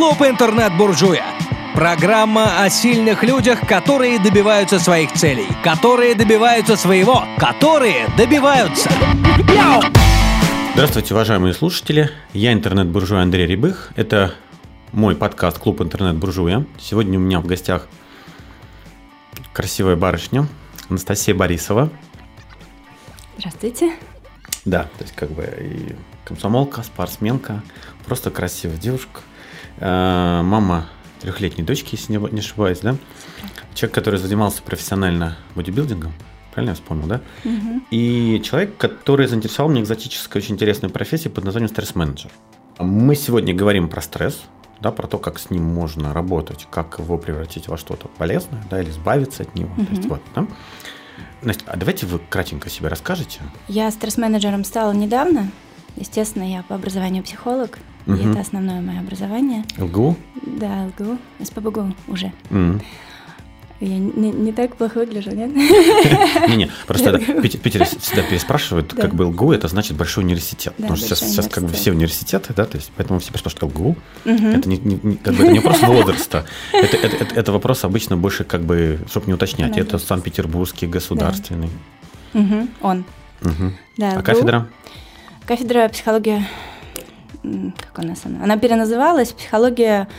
Клуб интернет-буржуя. Программа о сильных людях, которые добиваются своих целей, которые добиваются своего, которые добиваются. Здравствуйте, уважаемые слушатели. Я интернет-буржуй Андрей Рябых. Это мой подкаст «Клуб интернет-буржуя». Сегодня у меня в гостях красивая барышня Анастасия Борисова. Здравствуйте. Да, то есть как бы и комсомолка, спортсменка, просто красивая девушка. Мама 3-летней дочки, если не ошибаюсь, да? Человек, который занимался профессионально бодибилдингом, правильно я вспомнил, да? Угу. И человек, который заинтересовал меня экзотической, очень интересной профессией под названием стресс-менеджер. Мы сегодня говорим про стресс, да, про то, как с ним можно работать, как его превратить во что-то полезное, да, или избавиться от него. То есть, вот, да? Настя, а давайте вы кратенько себе расскажете. Я стресс-менеджером стала недавно. Естественно, я по образованию психолог, и это основное мое образование. ЛГУ? Да, ЛГУ. СПбГУ уже. Я не так плохо выгляжу, нет? Не-не, просто в Питере всегда переспрашивают, как бы ЛГУ, это значит большой университет. Потому что сейчас как бы все университеты, да, то есть поэтому все спрашивают ЛГУ. Это не вопрос возраста, это вопрос обычно больше как бы, чтобы не уточнять, это Санкт-Петербургский государственный. Он. А кафедра? Кафедра психология, как у нас она? Она переназывалась психология.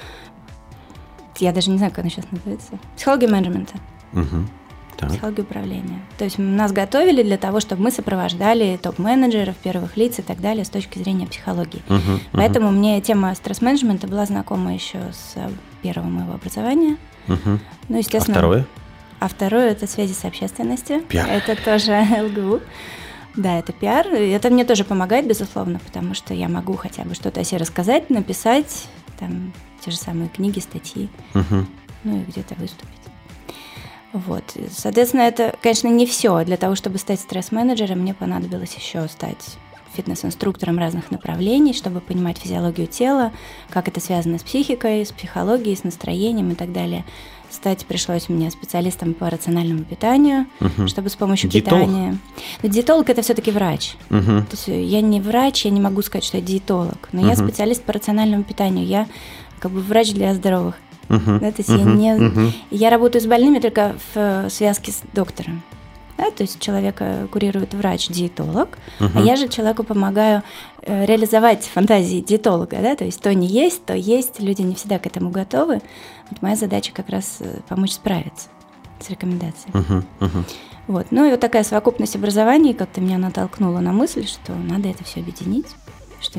Я даже не знаю, как она сейчас называется. Психология менеджмента. Психология управления. То есть нас готовили для того, чтобы мы сопровождали топ-менеджеров, первых лиц и так далее с точки зрения психологии. Поэтому мне тема стресс-менеджмента была знакома еще с первого моего образования. Ну, естественно, А второе – это связи с общественностью. Пиар. Это тоже ЛГУ. Да, это пиар. Это мне тоже помогает, безусловно, потому что я могу хотя бы что-то о себе рассказать, написать, там, те же самые книги, статьи, ну и где-то выступить. Вот. Соответственно, это, конечно, не все. Для того, чтобы стать стресс-менеджером, мне понадобилось еще стать фитнес-инструктором разных направлений, чтобы понимать физиологию тела, как это связано с психикой, с психологией, с настроением и так далее. Стать пришлось мне специалистом по рациональному питанию, чтобы с помощью питания... Но диетолог – это все-таки врач. То есть я не врач, я не могу сказать, что я диетолог, но я специалист по рациональному питанию, я как бы врач для здоровых. Да, то есть я работаю с больными только в связке с доктором. Да, то есть человека курирует врач-диетолог, а я же человеку помогаю реализовать фантазии диетолога, да, то есть то не есть, то есть, люди не всегда к этому готовы. Вот моя задача как раз помочь справиться с рекомендациями. Вот. Ну и вот такая совокупность образований как-то меня натолкнула на мысль, что надо это все объединить, что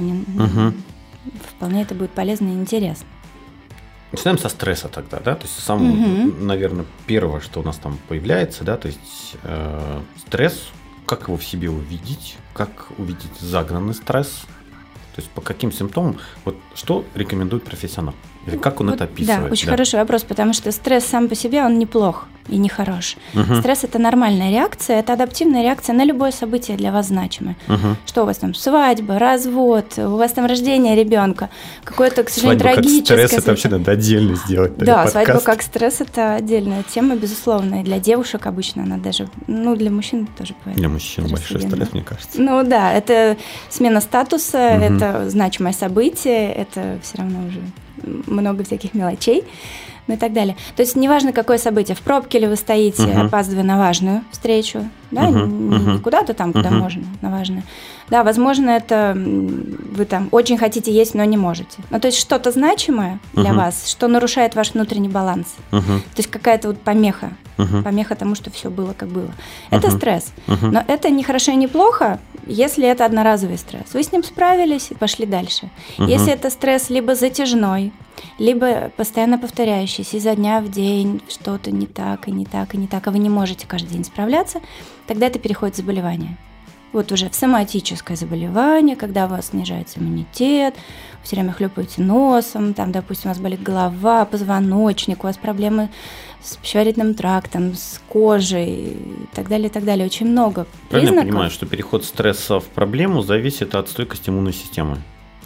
вполне это будет полезно и интересно. Начинаем со стресса тогда, да, то есть самое, наверное, первое, что у нас там появляется, да, то есть стресс, как его в себе увидеть, как увидеть загнанный стресс, то есть по каким симптомам, вот что рекомендует профессионал, или как он это описывает? Да, очень хороший вопрос, потому что стресс сам по себе, он неплох и не хорош. Стресс – это нормальная реакция, это адаптивная реакция на любое событие для вас значимое. Что у вас там, свадьба, развод, у вас там рождение ребенка, какое-то, к сожалению, свадьба трагическое. Как стресс, это вообще надо отдельно сделать. Да, свадьба как стресс – это отдельная тема, безусловно, и для девушек обычно она даже, ну, для мужчин тоже бывает. Для мужчин большой стресс, мне кажется. Ну да, это смена статуса, это значимое событие, это все равно уже много всяких мелочей, ну и так далее. То есть неважно, какое событие, в пробке ли вы стоите, опаздывая на важную встречу, да, не куда-то там, куда можно, на важную. Да, возможно, это вы там очень хотите есть, но не можете. Ну, то есть что-то значимое для вас, что нарушает ваш внутренний баланс. То есть какая-то вот помеха тому, что все было, как было. Это стресс. Но это не хорошо и не плохо, если это одноразовый стресс. Вы с ним справились и пошли дальше. Если это стресс либо затяжной, либо постоянно повторяющийся изо дня в день, что-то не так, и не так, и не так, а вы не можете каждый день справляться, тогда это переходит в заболевание. Вот уже в соматическое заболевание, когда у вас снижается иммунитет, вы все время хлюпаете носом, там, допустим, у вас болит голова, позвоночник, у вас проблемы с пищеварительным трактом, с кожей и так далее, и так далее. Очень много признаков. Правильно я понимаю, что переход стресса в проблему зависит от стойкости иммунной системы?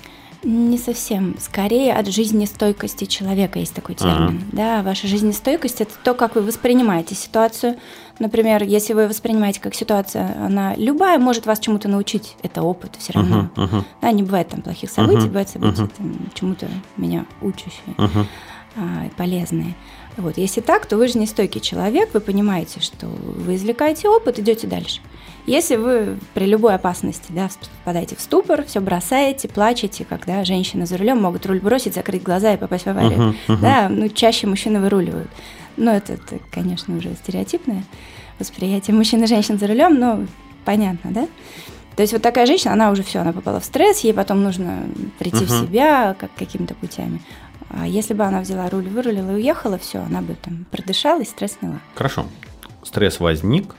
Не совсем. Скорее от жизнестойкости человека есть такой термин. Да, ваша жизнестойкость – это то, как вы воспринимаете ситуацию. Например, если вы воспринимаете как ситуация, она любая может вас чему-то научить. Это опыт все равно. Да, не бывает там плохих событий, бывают события там, чему-то меня учащие, полезные. Вот. Если так, то вы жизнестойкий человек, вы понимаете, что вы извлекаете опыт, идете дальше. Если вы при любой опасности, да, впадаете в ступор, все бросаете, плачете, когда женщины за рулем могут руль бросить, закрыть глаза и попасть в аварию. Да, чаще мужчины выруливают. Но это, конечно, уже стереотипное восприятие мужчин и женщин за рулем, но понятно, да? То есть вот такая женщина, она уже все, она попала в стресс, ей потом нужно прийти в себя какими-то путями. А если бы она взяла руль, вырулила и уехала, все, она бы там продышалась, стресс сняла. Хорошо. Стресс возник.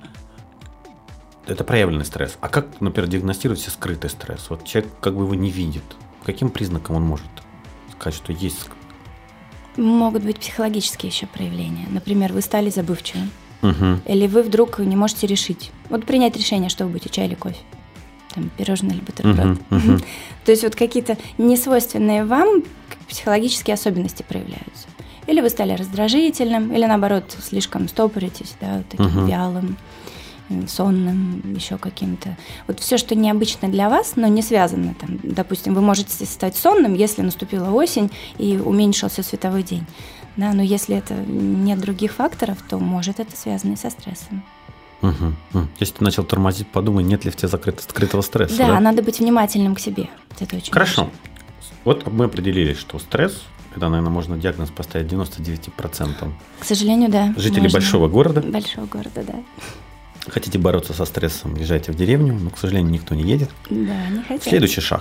Это проявленный стресс. А как, например, диагностировать себе скрытый стресс? Вот человек как бы его не видит. Каким признаком он может сказать, что есть? Могут быть психологические еще проявления. Например, вы стали забывчивым. Или вы вдруг не можете решить. Вот принять решение, что вы будете, чай или кофе. Там, пирожное или бутерброд. То есть вот какие-то несвойственные вам психологические особенности проявляются. Или вы стали раздражительным, или наоборот слишком стопоритесь, да, таким вялым, сонным, еще каким-то. Вот все, что необычно для вас, но не связано. Там, допустим, вы можете стать сонным, если наступила осень и уменьшился световой день. Да, но если это нет других факторов, то может это связано и со стрессом. Если ты начал тормозить, подумай, нет ли в тебе скрытого стресса. Да, надо быть внимательным к себе. Это очень Хорошо. важно. Вот мы определили, что стресс, это, наверное, можно диагноз поставить 99%. К сожалению, да. Жителей можно. большого города. Большого города, да. Хотите бороться со стрессом, езжайте в деревню, но, к сожалению, никто не едет. Да, не хотят. Следующий шаг.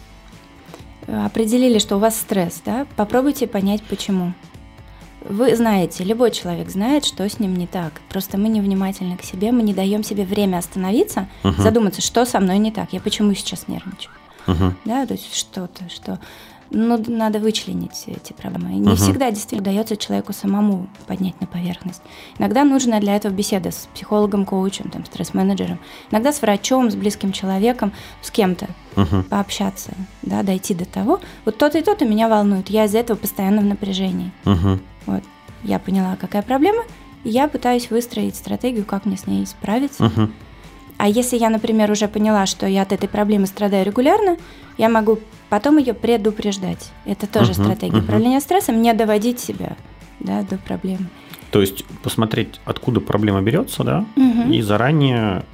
Определили, что у вас стресс, да? Попробуйте понять, почему. Вы знаете, любой человек знает, что с ним не так. Просто мы невнимательны к себе, мы не даем себе время остановиться, задуматься, что со мной не так, я почему сейчас нервничаю. Да, то есть что-то, что... Ну, надо вычленить эти проблемы. И не всегда действительно удается человеку самому поднять на поверхность. Иногда нужна для этого беседа с психологом, коучем, там, стресс-менеджером, иногда с врачом, с близким человеком, с кем-то пообщаться, да, дойти до того. Вот то-то и то-то меня волнует, я из-за этого постоянно в напряжении. Вот. Я поняла, какая проблема, и я пытаюсь выстроить стратегию, как мне с ней справиться. А если я, например, уже поняла, что я от этой проблемы страдаю регулярно, я могу потом ее предупреждать. Это тоже стратегия управления стрессом, не доводить себя, да, до проблемы. То есть посмотреть, откуда проблема берется, да, и заранее,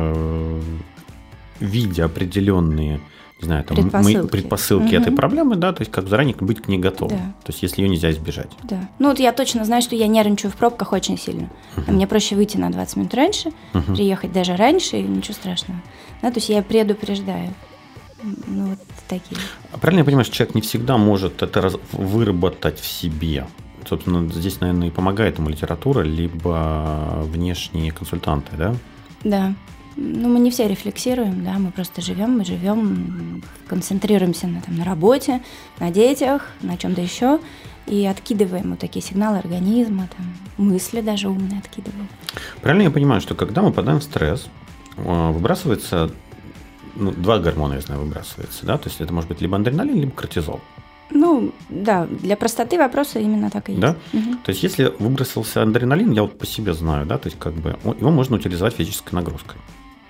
видя определенные, не знаю, там, предпосылки этой проблемы, да, то есть как заранее быть к ней готовым. Да. То есть если ее нельзя избежать. Да. Ну вот я точно знаю, что я нервничаю в пробках очень сильно. Мне проще выйти на 20 минут раньше, приехать даже раньше, и ничего страшного. Да, то есть я предупреждаю. Ну, вот такие. Правильно я понимаю, что человек не всегда может это выработать в себе? Собственно, здесь, наверное, и помогает ему литература, либо внешние консультанты, да? Да. Ну, мы не все рефлексируем, да, мы просто живем, концентрируемся на работе, на детях, на чем-то еще, и откидываем вот такие сигналы организма, там, мысли даже умные откидываем. Правильно я понимаю, что когда мы попадаем в стресс, выбрасывается, два гормона, я знаю, выбрасывается, да, то есть это может быть либо адреналин, либо кортизол. Ну, да, для простоты вопроса именно так и есть. Да? То есть если выбросился адреналин, я вот по себе знаю, да, то есть как бы его можно утилизовать физической нагрузкой.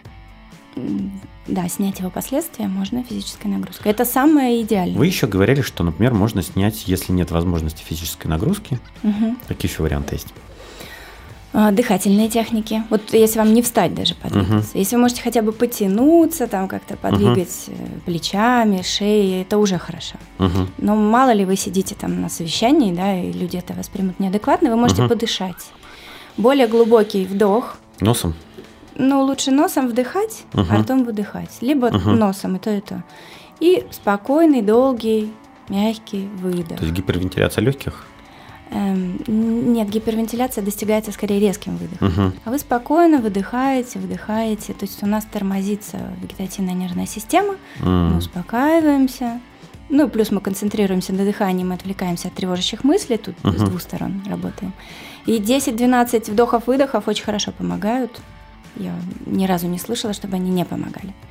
Да, снять его последствия можно физической нагрузкой. Это самое идеальное. Вы еще говорили, что, например, можно снять, если нет возможности физической нагрузки. Какие еще варианты есть? Дыхательные техники. Вот если вам не встать даже подвигаться. Если вы можете хотя бы потянуться, там как-то подвигать плечами, шеей, это уже хорошо. Но мало ли вы сидите там на совещании, да, и люди это воспримут неадекватно, вы можете подышать. Более глубокий вдох. Носом? Ну, лучше носом вдыхать, а ртом выдыхать. Либо носом, и то, и то. И спокойный, долгий, мягкий выдох. То есть гипервентиляция легких? Нет, гипервентиляция достигается скорее резким выдохом. А вы спокойно выдыхаете. То есть у нас тормозится вегетативная нервная система, мы успокаиваемся. Ну, плюс мы концентрируемся на дыхании, мы отвлекаемся от тревожащих мыслей, тут с двух сторон работаем. И 10-12 вдохов-выдохов очень хорошо помогают. Я ни разу не слышала, чтобы они не помогали.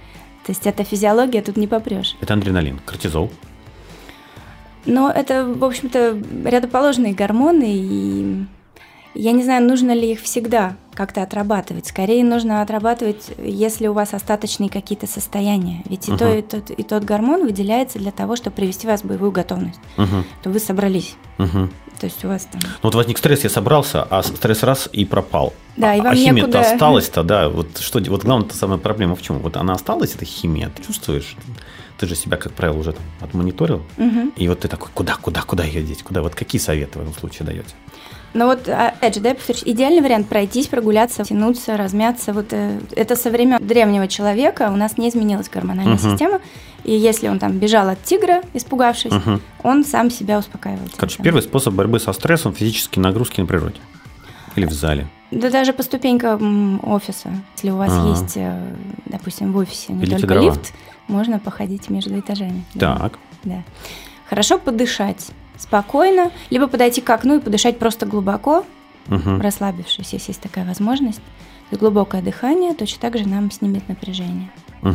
То есть это физиология, тут не попрешь. Это адреналин, кортизол. Но это, в общем-то, рядоположные гормоны, и я не знаю, нужно ли их всегда как-то отрабатывать. Скорее нужно отрабатывать, если у вас остаточные какие-то состояния. Ведь и тот гормон выделяется для того, чтобы привести вас в боевую готовность. То вы собрались. То есть у вас там... Ну вот возник стресс, я собрался, а стресс раз и пропал. Да, и вам химия-то некуда... осталась-то, да. Вот главная самая проблема в чем? Вот она осталась, эта химия, ты чувствуешь? Ты же себя, как правило, уже там отмониторил. И вот ты такой, куда ее деть? Куда? Вот какие советы в этом случае даете? Ну вот, опять же, да, я повторюсь, идеальный вариант пройтись, прогуляться, тянуться, размяться. Вот это со времен древнего человека у нас не изменилась гормональная система. И если он там бежал от тигра, испугавшись, он сам себя успокаивал. Короче, первый способ борьбы со стрессом – физические нагрузки на природе. Или в зале. Да даже по ступенькам офиса. Если у вас есть, допустим, в офисе не Пилите только дрова. лифт, можно походить между этажами. Так. Да. Хорошо подышать спокойно, либо подойти к окну и подышать просто глубоко, расслабившись, если есть такая возможность. Глубокое дыхание точно так же нам снимет напряжение.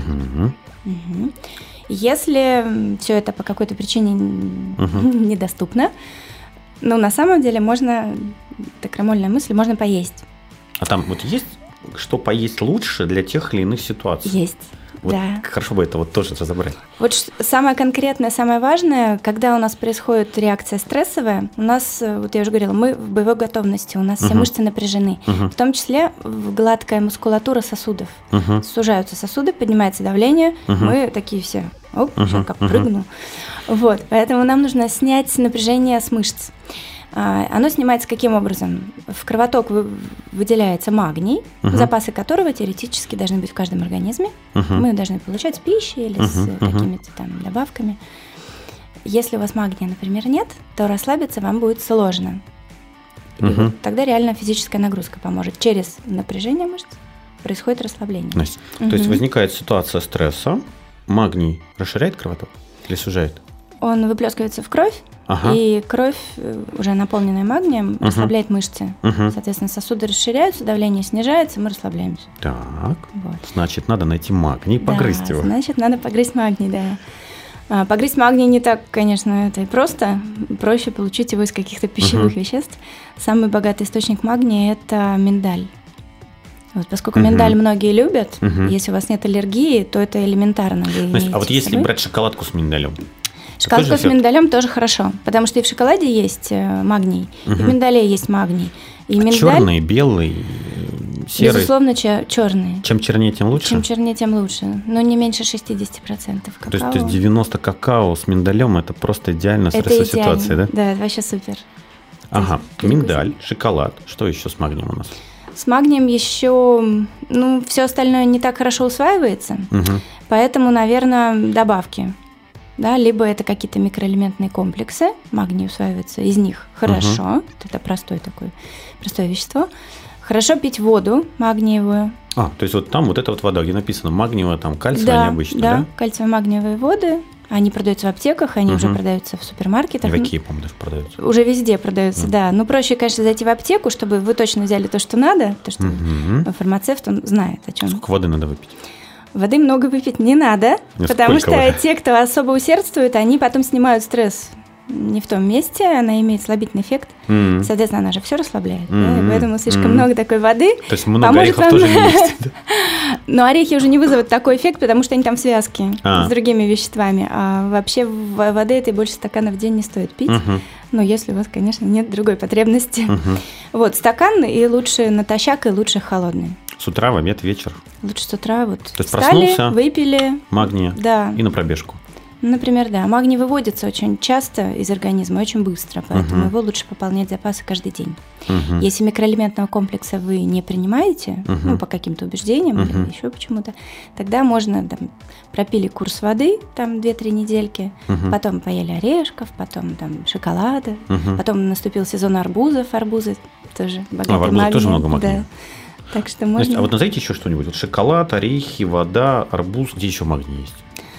Если все это по какой-то причине недоступно, ну, на самом деле можно, это крамольная мысль, можно поесть. А там вот есть, что поесть лучше для тех или иных ситуаций? Есть. Вот да. Хорошо бы это вот тоже разобрать. Вот самое конкретное, самое важное, когда у нас происходит реакция стрессовая, у нас, вот я уже говорила, мы в боевой готовности, у нас все мышцы напряжены, в том числе гладкая мускулатура сосудов. Сужаются сосуды, поднимается давление, мы такие все, сейчас как прыгну. Вот, поэтому нам нужно снять напряжение с мышц. Оно снимается каким образом? В кровоток выделяется магний, запасы которого теоретически должны быть в каждом организме. Мы должны получать с пищей или с какими-то там добавками. Если у вас магния, например, нет, то расслабиться вам будет сложно. И вот тогда реально физическая нагрузка поможет. Через напряжение мышц происходит расслабление. Настя, то есть возникает ситуация стресса, магний расширяет кровоток или сужает? Он выплескивается в кровь, и кровь, уже наполненная магнием, расслабляет мышцы. Соответственно, сосуды расширяются, давление снижается, мы расслабляемся. Так, значит, надо найти магний, погрызть его. Значит, надо погрызть магний, да. Погрызть магний не так, конечно, это и просто. Проще получить его из каких-то пищевых веществ. Самый богатый источник магния – это миндаль. Вот, поскольку миндаль многие любят, если у вас нет аллергии, то это элементарно. А вот если брать шоколадку с миндалем? Шоколадка с миндалем тоже хорошо, потому что и в шоколаде есть магний, и в миндале есть магний. И миндаль, черный, белый, серый? Безусловно, черный. Чем чернее, тем лучше? Чем чернее, тем лучше. Но не меньше 60% какао. То есть 90 какао с миндалем – это просто идеально в стрессовой ситуации, да? Да, это вообще супер. Ага, миндаль, шоколад. Что еще с магнием у нас? С магнием еще, все остальное не так хорошо усваивается, поэтому, наверное, добавки. Да, либо это какие-то микроэлементные комплексы, магний усваивается из них хорошо, это простое вещество. Хорошо пить воду магниевую. То есть вот там вот эта вот вода, где написано магниевая, там кальциевая необычно, да? Да, кальциево-магниевые воды. Они продаются в аптеках, они уже продаются в супермаркетах. И в Икее, по-моему, даже продаются. Уже везде продаются, да. Ну, проще, конечно, зайти в аптеку, чтобы вы точно взяли то, что надо, то, что фармацевт, он знает, о чем. Сколько воды надо выпить? Воды много выпить не надо, потому что те, кто особо усердствует, они потом снимают стресс не в том месте, она имеет слабительный эффект, соответственно, она же все расслабляет, да, и поэтому слишком много такой воды. То есть много орехов тоже не есть, да? Но орехи уже не вызовут такой эффект, потому что они там в связке с другими веществами, а вообще воды этой больше стакана в день не стоит пить, но если у вас, конечно, нет другой потребности. Вот, стакан и лучше натощак, и лучше холодный. С утра, в обед, вечер? Лучше с утра, вот. То есть встали, проснулся, выпили. Магния, да. И на пробежку. Например, да. Магний выводится очень часто из организма, очень быстро, поэтому его лучше пополнять запасы каждый день. Если микроэлементного комплекса вы не принимаете, по каким-то убеждениям или еще почему-то, тогда можно, пропили курс воды, 2-3 недельки, потом поели орешков, потом шоколада, потом наступил сезон арбузов, арбузы тоже богатые магнием. В арбузах тоже много магния. Да. Так что можно... А вот назовите еще что-нибудь. Вот шоколад, орехи, вода, арбуз. Где еще магний есть?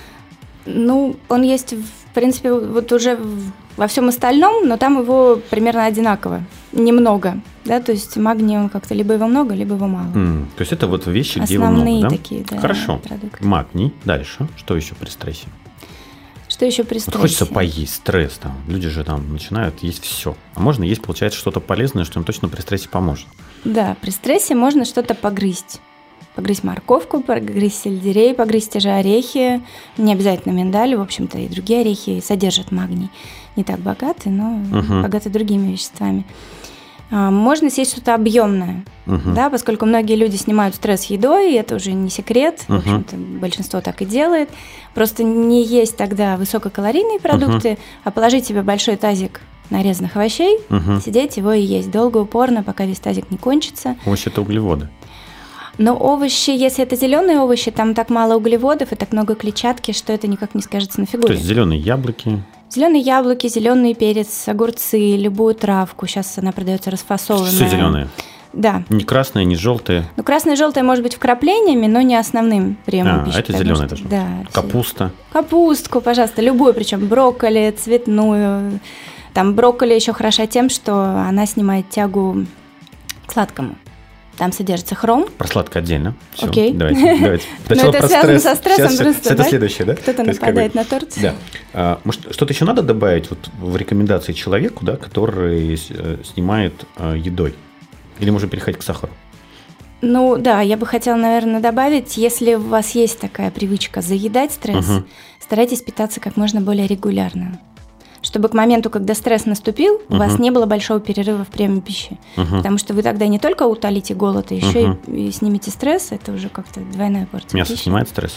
Он есть, в принципе, вот уже во всем остальном, но там его примерно одинаково. немного, да, то есть магний он как-то либо его много, либо его мало. То есть это вот вещи, где его основные много, да? такие, да, Хорошо. продукты. Магний. Дальше. Что еще при стрессе? Что еще при Вот стрессе? хочется поесть, стресс там. Люди же там начинают есть все. А можно есть, получается, что-то полезное, что им точно при стрессе поможет. Да, при стрессе можно что-то погрызть. Погрызть морковку, погрызть сельдерей, погрызть те же орехи. Не обязательно миндаль, в общем-то, и другие орехи содержат магний. Не так богаты, но богаты другими веществами. Можно съесть что-то объемное, да, поскольку многие люди снимают стресс едой, и это уже не секрет, в общем-то, большинство так и делает. Просто не есть тогда высококалорийные продукты, а положить себе большой тазик нарезанных овощей, сидеть его и есть долго, упорно, пока весь тазик не кончится. Овощи – это углеводы. Но овощи, если это зеленые овощи, там так мало углеводов и так много клетчатки, что это никак не скажется на фигуре. То есть зеленые яблоки. Зеленые яблоки, зеленый перец, огурцы, любую травку. Сейчас она продается расфасованная. Все зеленые. Да. Не красные, не желтые. Ну, красное и желтое может быть вкраплениями, но не основным приемом пищи. А это зеленое даже. Да. Капуста. Капустку, пожалуйста, любую, причем брокколи, цветную. Там брокколи еще хороша тем, что она снимает тягу к сладкому. Там содержится хром. Про сладкое отдельно. Всё, Окей. Давайте. Но это связано со стрессом Сейчас, просто, это да? следующее, да? Кто-то нападает на торт. Да. Может, что-то еще надо добавить вот в рекомендации человеку, да, который снимает едой? Или можно переходить к сахару? Ну да, я бы хотела, наверное, добавить, если у вас есть такая привычка заедать стресс, старайтесь питаться как можно более регулярно. Чтобы к моменту, когда стресс наступил, у вас не было большого перерыва в приеме пищи. Потому что вы тогда не только утолите голод, а еще и снимете стресс. Это уже как-то двойная порция Мясо пищи. снимает стресс?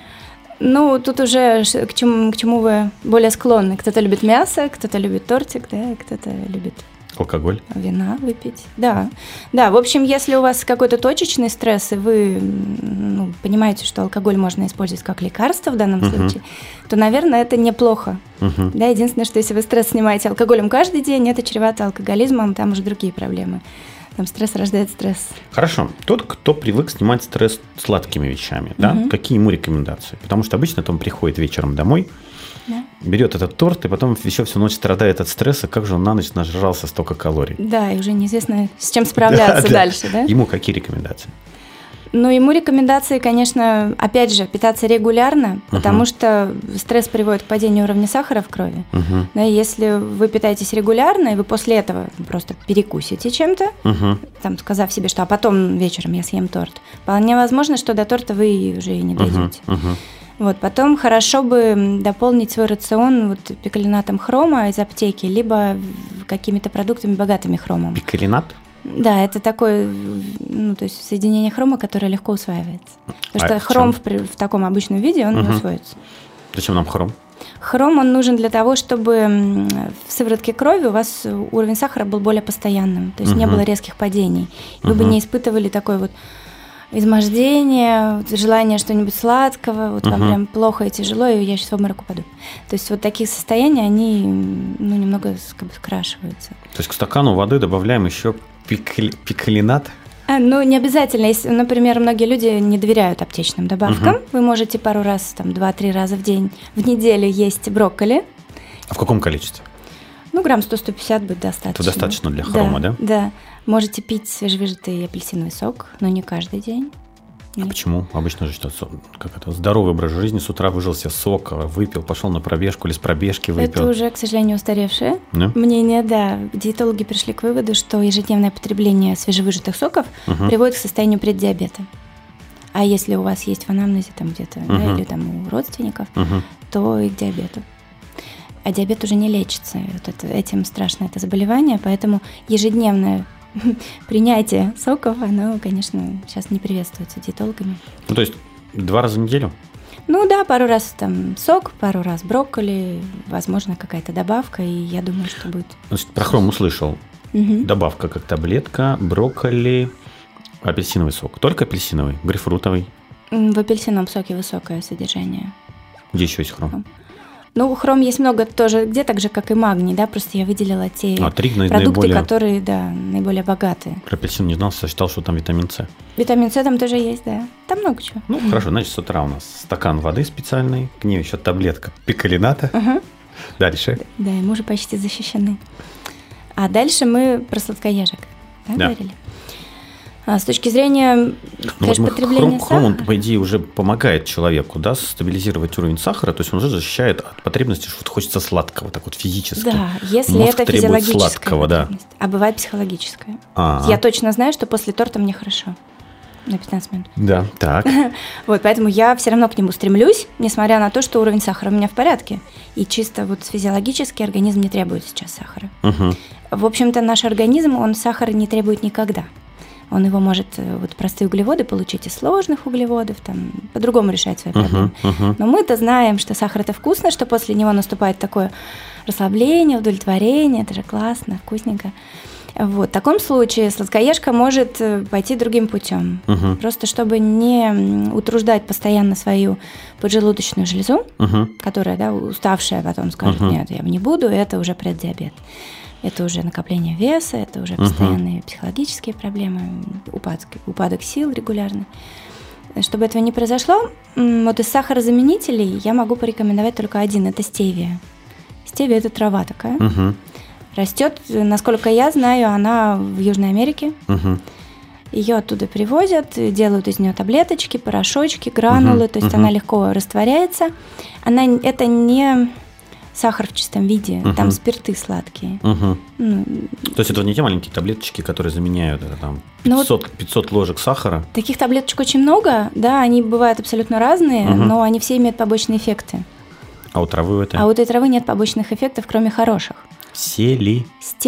Ну, тут уже к чему вы более склонны. Кто-то любит мясо, кто-то любит тортик, да, кто-то любит Алкоголь? вина выпить. Да. Да, в общем, если у вас какой-то точечный стресс, и вы понимаете, что алкоголь можно использовать как лекарство в данном случае, то, наверное, это неплохо. Да, единственное, что если вы стресс снимаете алкоголем каждый день, это чревато алкоголизмом, там уже другие проблемы. Там стресс рождает стресс. Хорошо. Тот, кто привык снимать стресс сладкими вещами, да, какие ему рекомендации? Потому что обычно он приходит вечером домой, берет этот торт, и потом еще всю ночь страдает от стресса, как же он на ночь нажрался столько калорий. Да, и уже неизвестно, с чем справляться дальше, да? Ему какие рекомендации? Ну, ему рекомендации, конечно, опять же, питаться регулярно, потому что стресс приводит к падению уровня сахара в крови. Да, если вы питаетесь регулярно, и вы после этого просто перекусите чем-то, там, сказав себе, что а потом вечером я съем торт, вполне возможно, что до торта вы уже и не дойдете. Вот, потом хорошо бы дополнить свой рацион вот пикалинатом хрома из аптеки, либо какими-то продуктами, богатыми хромом. Пикалинат? Да, это такое, то есть соединение хрома, которое легко усваивается. Потому что хром в таком обычном виде, он не усвоится. Зачем нам хром? Хром, он нужен для того, чтобы в сыворотке крови у вас уровень сахара был более постоянным, то есть не было резких падений. Вы бы не испытывали такой вот измождение, желание что-нибудь сладкого, вот вам прям плохо и тяжело, и я сейчас в обморок упаду. То есть вот такие состояния, они немного скрашиваются. То есть к стакану воды добавляем еще пикалинат? Не обязательно. Если, например, многие люди не доверяют аптечным добавкам, вы можете пару раз, 2-3 раза в день, в неделю есть брокколи. А в каком количестве? Грамм 100-150 будет достаточно. Это достаточно для хрома, да? Да. Можете пить свежевыжатый апельсиновый сок, но не каждый день. А почему? Обычно же считают, как это, здоровый образ жизни, с утра выжил себе сок, выпил, пошел на пробежку или с пробежки выпил. Это уже, к сожалению, устаревшее мнение, да. Диетологи пришли к выводу, что ежедневное потребление свежевыжатых соков приводит к состоянию преддиабета. А если у вас есть в анамнезе там где-то, или там у родственников, то и к диабету. А диабет уже не лечится. Этим страшно это заболевание, поэтому ежедневное принятие соков, оно, конечно, сейчас не приветствуется диетологами. То есть 2 раза в неделю? Да, пару раз сок, пару раз брокколи, возможно, какая-то добавка, и я думаю, что будет... Значит, про хром услышал. Добавка как таблетка, брокколи, апельсиновый сок. Только апельсиновый, грейпфрутовый? В апельсиновом соке высокое содержание. Где еще есть хром? Хром есть много тоже, где так же, как и магний, да, просто я выделила те продукты, которые, наиболее богатые. Про апельсин не знал, считал, что там витамин С. Витамин С там тоже есть, да. Там много чего. Хорошо, значит, с утра у нас стакан воды специальный, к ней еще таблетка пикалината. Дальше. Да, и мы уже почти защищены. А дальше мы про сладкоежек, говорили? С точки зрения, конечно, потребления сахара... Хром, он, по идее, уже помогает человеку, да, стабилизировать уровень сахара, то есть он уже защищает от потребности, что хочется сладкого, так вот физически. Да, если мозг это физиологическая сладкого, потребность. А бывает психологическая. Я точно знаю, что после торта мне хорошо. На 15 минут. Да, так. Вот, поэтому я все равно к нему стремлюсь, несмотря на то, что уровень сахара у меня в порядке. И чисто вот физиологически организм не требует сейчас сахара. В общем-то, наш организм, он сахара не требует никогда. Он его может вот простые углеводы получить из сложных углеводов, там, по-другому решать свои проблемы. Но мы-то знаем, что сахар – это вкусно, что после него наступает такое расслабление, удовлетворение, это же классно, вкусненько. Вот, в таком случае сладкоежка может пойти другим путем. Просто чтобы не утруждать постоянно свою поджелудочную железу, которая, да, уставшая потом скажет, нет, я не буду, это уже преддиабет. Это уже накопление веса, это уже постоянные психологические проблемы, упадок сил регулярный. Чтобы этого не произошло, вот из сахарозаменителей я могу порекомендовать только один – это стевия. Стевия – это трава такая. Растет, насколько я знаю, она в Южной Америке. Ее оттуда привозят, делают из нее таблеточки, порошочки, гранулы, то есть она легко растворяется. Это не сахар в чистом виде, там спирты сладкие. То есть это не те маленькие таблеточки, которые заменяют это, там 500 ложек сахара? Таких таблеточек очень много, да, они бывают абсолютно разные, но они все имеют побочные эффекты. А у травы это? А у этой травы нет побочных эффектов, кроме хороших. Стевия.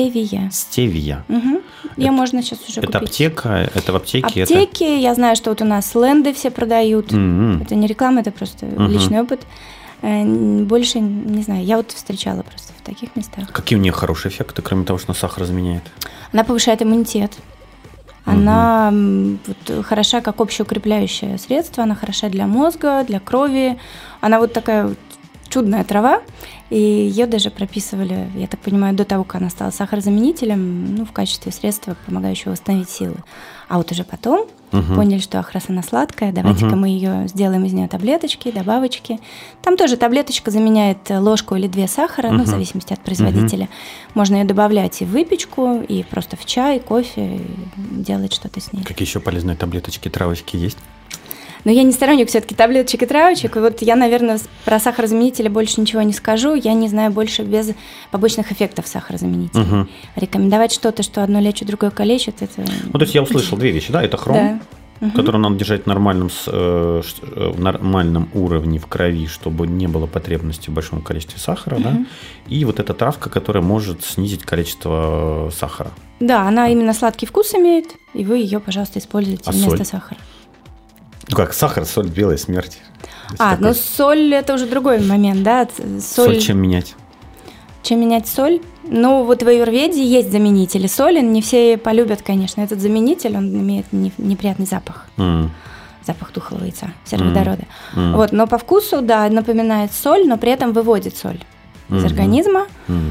Ее можно сейчас уже купить. Это аптека? Это в аптеке? Аптеки, я знаю, что вот у нас ленды все продают. Это не реклама, это просто личный опыт. Больше, не знаю, я вот встречала просто в таких местах. Какие у нее хорошие эффекты, кроме того, что она сахар заменяет? Она повышает иммунитет. Она вот хороша как общеукрепляющее средство, она хороша для мозга, для крови. Она вот такая вот чудная трава, и ее даже прописывали, я так понимаю, до того, как она стала сахарозаменителем, в качестве средства, помогающего восстановить силы. А вот уже потом поняли, что раз она сладкая, давайте-ка мы ее сделаем из нее таблеточки, добавочки. Там тоже таблеточка заменяет ложку или 2 сахара, в зависимости от производителя. Можно ее добавлять и в выпечку, и просто в чай, кофе, и делать что-то с ней. Какие еще полезные таблеточки, травочки есть? Но я не сторонник все-таки таблеточек и травочек. И вот я, наверное, про сахарозаменители больше ничего не скажу. Я не знаю больше без побочных эффектов сахарозаменителей. Рекомендовать что-то, что одно лечит, другое калечит, это... То есть я услышал 2 вещи, да? Это хром, который надо держать в нормальном уровне в крови, чтобы не было потребности в большом количестве сахара, да? И вот эта травка, которая может снизить количество сахара. Да, она именно сладкий вкус имеет, и вы ее, пожалуйста, используете вместо сахара. Как сахар, соль, белая смерть. Соль – это уже другой момент, да? Соль чем менять? Чем менять соль? Вот в аюрведе есть заменители соли, не все полюбят, конечно. Этот заменитель, он имеет неприятный запах. Запах тухлого яйца, сероводорода. Но по вкусу, да, напоминает соль, но при этом выводит соль из организма.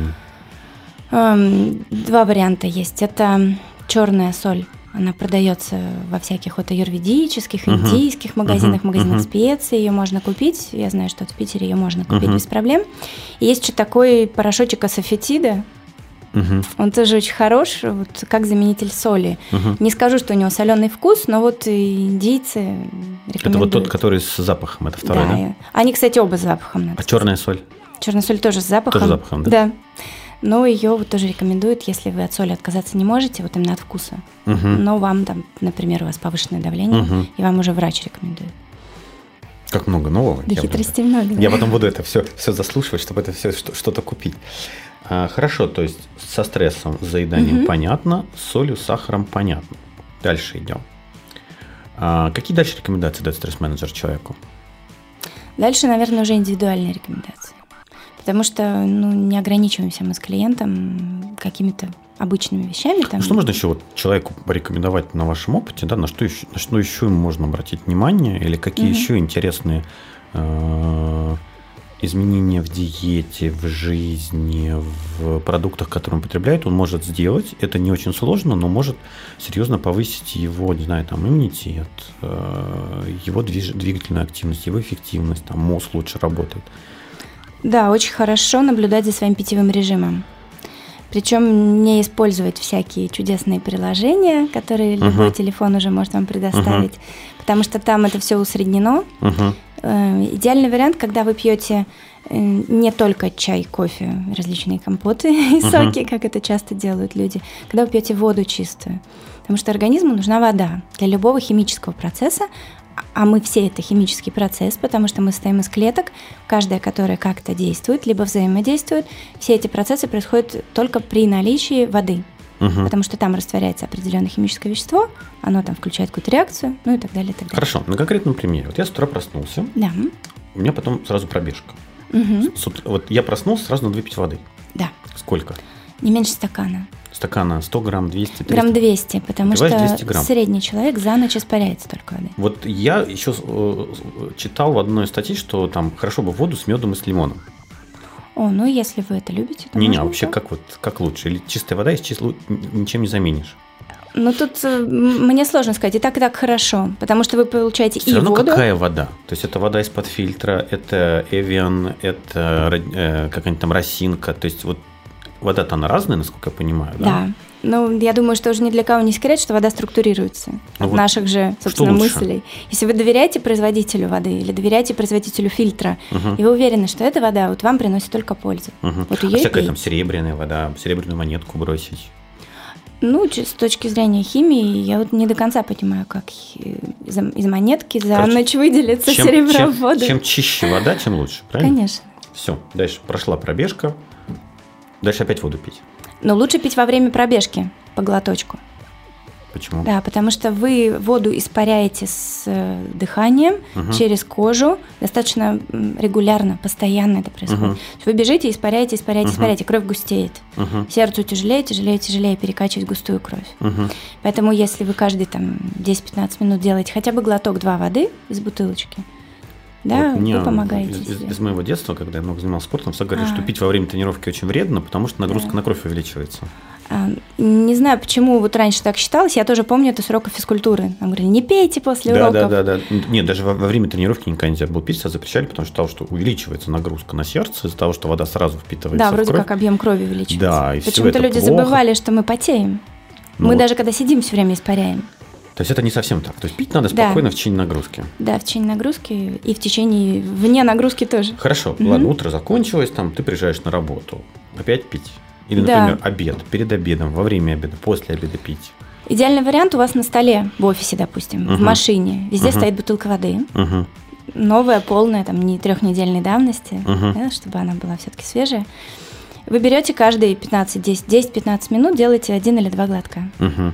2 варианта есть. Это черная соль. Она продается во всяких аюрведических, индийских магазинах, магазинах специй. Ее можно купить. Я знаю, что в Питере ее можно купить без проблем. И есть еще такой порошочек асафетида. Он тоже очень хорош, вот, как заменитель соли. Не скажу, что у него соленый вкус, но вот индийцы рекомендуют. Это вот тот, который с запахом, это второй, да? Они, кстати, оба с запахом. А черная соль? Черная соль тоже с запахом. Тоже с запахом, да? Да. Но ее вот тоже рекомендуют, если вы от соли отказаться не можете, вот именно от вкуса. Но вам там, например, у вас повышенное давление, и вам уже врач рекомендует. Как много нового. Да, хитростей много. Я потом буду это все заслушивать, чтобы это все что-то купить. Хорошо, то есть со стрессом, с заеданием понятно, с солью, с сахаром понятно. Дальше идем. Какие дальше рекомендации дает стресс-менеджер человеку? Дальше, наверное, уже индивидуальные рекомендации. Потому что не ограничиваемся мы с клиентом какими-то обычными вещами. Что можно еще человеку порекомендовать на вашем опыте, да, на что еще ему можно обратить внимание, или какие еще интересные изменения в диете, в жизни, в продуктах, которые он потребляет, он может сделать. Это не очень сложно, но может серьезно повысить его, не знаю, там, иммунитет, его двигательную активность, его эффективность, там, мозг лучше работает. Да, очень хорошо наблюдать за своим питьевым режимом. Причем не использовать всякие чудесные приложения, которые любой телефон уже может вам предоставить, потому что там это все усреднено. Идеальный вариант, когда вы пьете не только чай, кофе, различные компоты и соки, как это часто делают люди, когда вы пьете воду чистую. Потому что организму нужна вода для любого химического процесса, а мы все это химический процесс, потому что мы состоим из клеток, каждая, которая как-то действует, либо взаимодействует. Все эти процессы происходят только при наличии воды, потому что там растворяется определенное химическое вещество, оно там включает какую-то реакцию, ну и так далее, и так далее. Хорошо, на конкретном примере. Вот я с утра проснулся, у меня потом сразу пробежка. Вот я проснулся, сразу надо выпить воды. Да. Сколько? Не меньше стакана. Стакана 100 грамм, 200, 300? Грамм 200, потому что 200 грамм. Средний человек за ночь испаряет столько воды. Вот я еще читал в одной статье, что там хорошо бы воду с медом и с лимоном. Ну если вы это любите, то Не-не, вообще как лучше? Или чистая вода, если ничем не заменишь? Ну, тут мне сложно сказать, и так хорошо, потому что вы получаете все и равно воду. Какая вода? То есть это вода из-под фильтра, это Evian, это какая-нибудь там росинка, то есть вот вода-то она разная, насколько я понимаю, да? Да. Ну, я думаю, что уже ни для кого не секрет, что вода структурируется от наших же, собственно, мыслей. Если вы доверяете производителю воды или доверяете производителю фильтра, и вы уверены, что эта вода вот вам приносит только пользу. Вот ее всякая там серебряная вода, серебряную монетку бросить. Ну, с точки зрения химии, я вот не до конца понимаю, как из монетки за ночь выделится серебро в воду. Чем чище вода, тем лучше, правильно? Конечно. Все, дальше прошла пробежка, дальше опять воду пить. Но лучше пить во время пробежки по глоточку. Почему? Да, потому что вы воду испаряете с дыханием через кожу достаточно регулярно, постоянно это происходит. Вы бежите, испаряете, кровь густеет. Сердцу тяжелее перекачивать густую кровь. Поэтому если вы каждые 10-15 минут делаете хотя бы глоток-два воды из бутылочки, да, вот вы помогаете себе. Из моего детства, когда я много занимался спортом, все говорили, что пить во время тренировки очень вредно, потому что нагрузка на кровь увеличивается. Не знаю, почему вот раньше так считалось, я тоже помню это с урока физкультуры. Нам говорили, не пейте после уроков. Да. Нет, даже во время тренировки никогда нельзя было пить, запрещали, потому что того, что увеличивается нагрузка на сердце, из-за того, что вода сразу впитывается в кровь. Да, вроде как объем крови увеличивается. Да, и почему-то люди забывали, что мы потеем. Мы даже когда сидим, все время испаряем. То есть это не совсем так. То есть пить надо спокойно в течение нагрузки. Да, в течение нагрузки и в течение вне нагрузки тоже. Хорошо, ладно, утро закончилось, ты приезжаешь на работу. Опять пить? Или, например, обед, перед обедом, во время обеда, после обеда пить? Идеальный вариант у вас на столе, в офисе, допустим, в машине. Везде стоит бутылка воды. Новая, полная, не 3-недельной давности, да, чтобы она была все-таки свежая. Вы берете каждые 10-15 минут, делаете 1 или 2 глотка.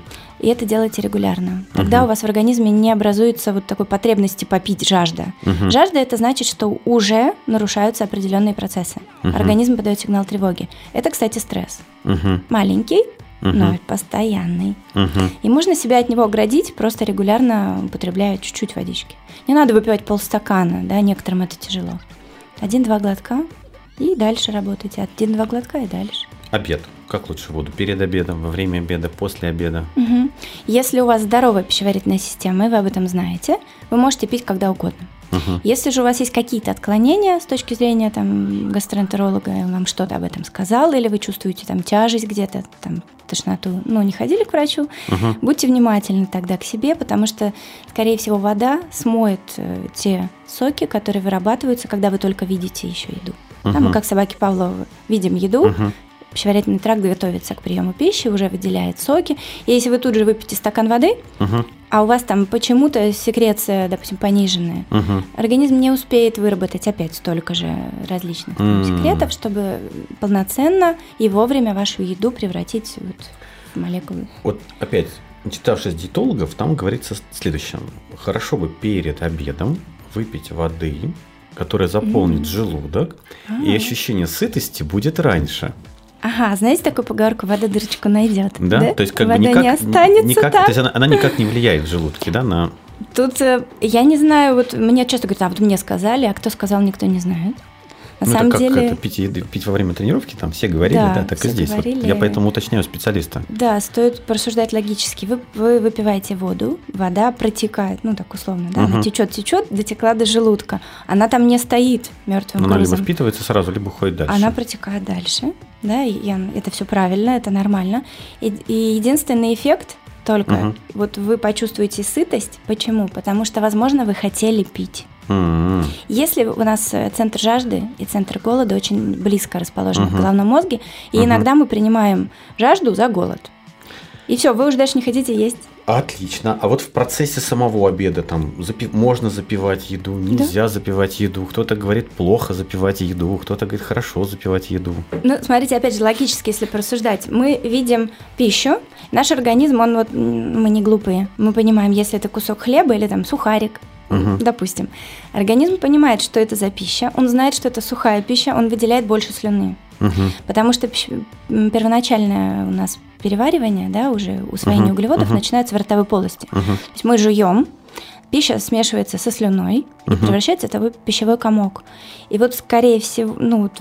И это делайте регулярно. Тогда у вас в организме не образуется вот такой потребности попить, жажда. Жажда – это значит, что уже нарушаются определенные процессы. Организм подает сигнал тревоги. Это, кстати, стресс. Маленький, но постоянный. И можно себя от него оградить, просто регулярно употребляя чуть-чуть водички. Не надо выпивать полстакана, да, некоторым это тяжело. 1-2 глотка и дальше работайте. 1-2 глотка и дальше. Обед. Как лучше воду? Перед обедом, во время обеда, после обеда? Если у вас здоровая пищеварительная система, и вы об этом знаете, вы можете пить когда угодно. Если же у вас есть какие-то отклонения с точки зрения гастроэнтеролога, вам что-то об этом сказал, или вы чувствуете тяжесть где-то, тошноту, не ходили к врачу, будьте внимательны тогда к себе, потому что, скорее всего, вода смоет те соки, которые вырабатываются, когда вы только видите еще еду. Мы, как собаки Павлова, видим еду, пищеварительный тракт готовится к приему пищи, уже выделяет соки. И если вы тут же выпьете стакан воды, а у вас там почему-то секреция, допустим, пониженная, организм не успеет выработать опять столько же различных секретов, чтобы полноценно и вовремя вашу еду превратить в молекулы. Вот опять, читавшись диетологов, там говорится следующее. Хорошо бы перед обедом выпить воды, которая заполнит желудок, и ощущение сытости будет раньше. Ага, знаете такую поговорку, вода дырочку найдет, да? То есть как вода бы не останется там. То есть она никак не влияет в желудке, да? Тут я не знаю, вот мне часто говорят, вот мне сказали, а кто сказал, никто не знает. На самом деле... Это пить во время тренировки, там все говорили, да, так и здесь. Вот я поэтому уточняю специалиста. Да, стоит порассуждать логически. Вы выпиваете воду, вода протекает, ну так условно, да, она течет, дотекла до желудка. Она там не стоит мертвым грузом. Она либо впитывается сразу, либо уходит дальше. Она протекает дальше, да, и это все правильно, это нормально. И единственный эффект только, вот вы почувствуете сытость. Почему? Потому что, возможно, вы хотели пить. Если у нас центр жажды и центр голода очень близко расположены в головном мозге, и иногда мы принимаем жажду за голод. И все, вы уже дальше не хотите есть. Отлично. А вот в процессе самого обеда там можно запивать еду, нельзя запивать еду. Кто-то говорит плохо запивать еду, кто-то говорит хорошо запивать еду. Ну, смотрите, опять же, логически, если порассуждать. Мы видим пищу, наш организм, мы не глупые. Мы понимаем, если это кусок хлеба или там сухарик, допустим. Организм понимает, что это за пища, он знает, что это сухая пища, он выделяет больше слюны. Потому что первоначальное у нас переваривание, да, уже усвоение углеводов начинается в ротовой полости. То есть мы жуем, пища смешивается со слюной и превращается в такой пищевой комок. И вот, скорее всего,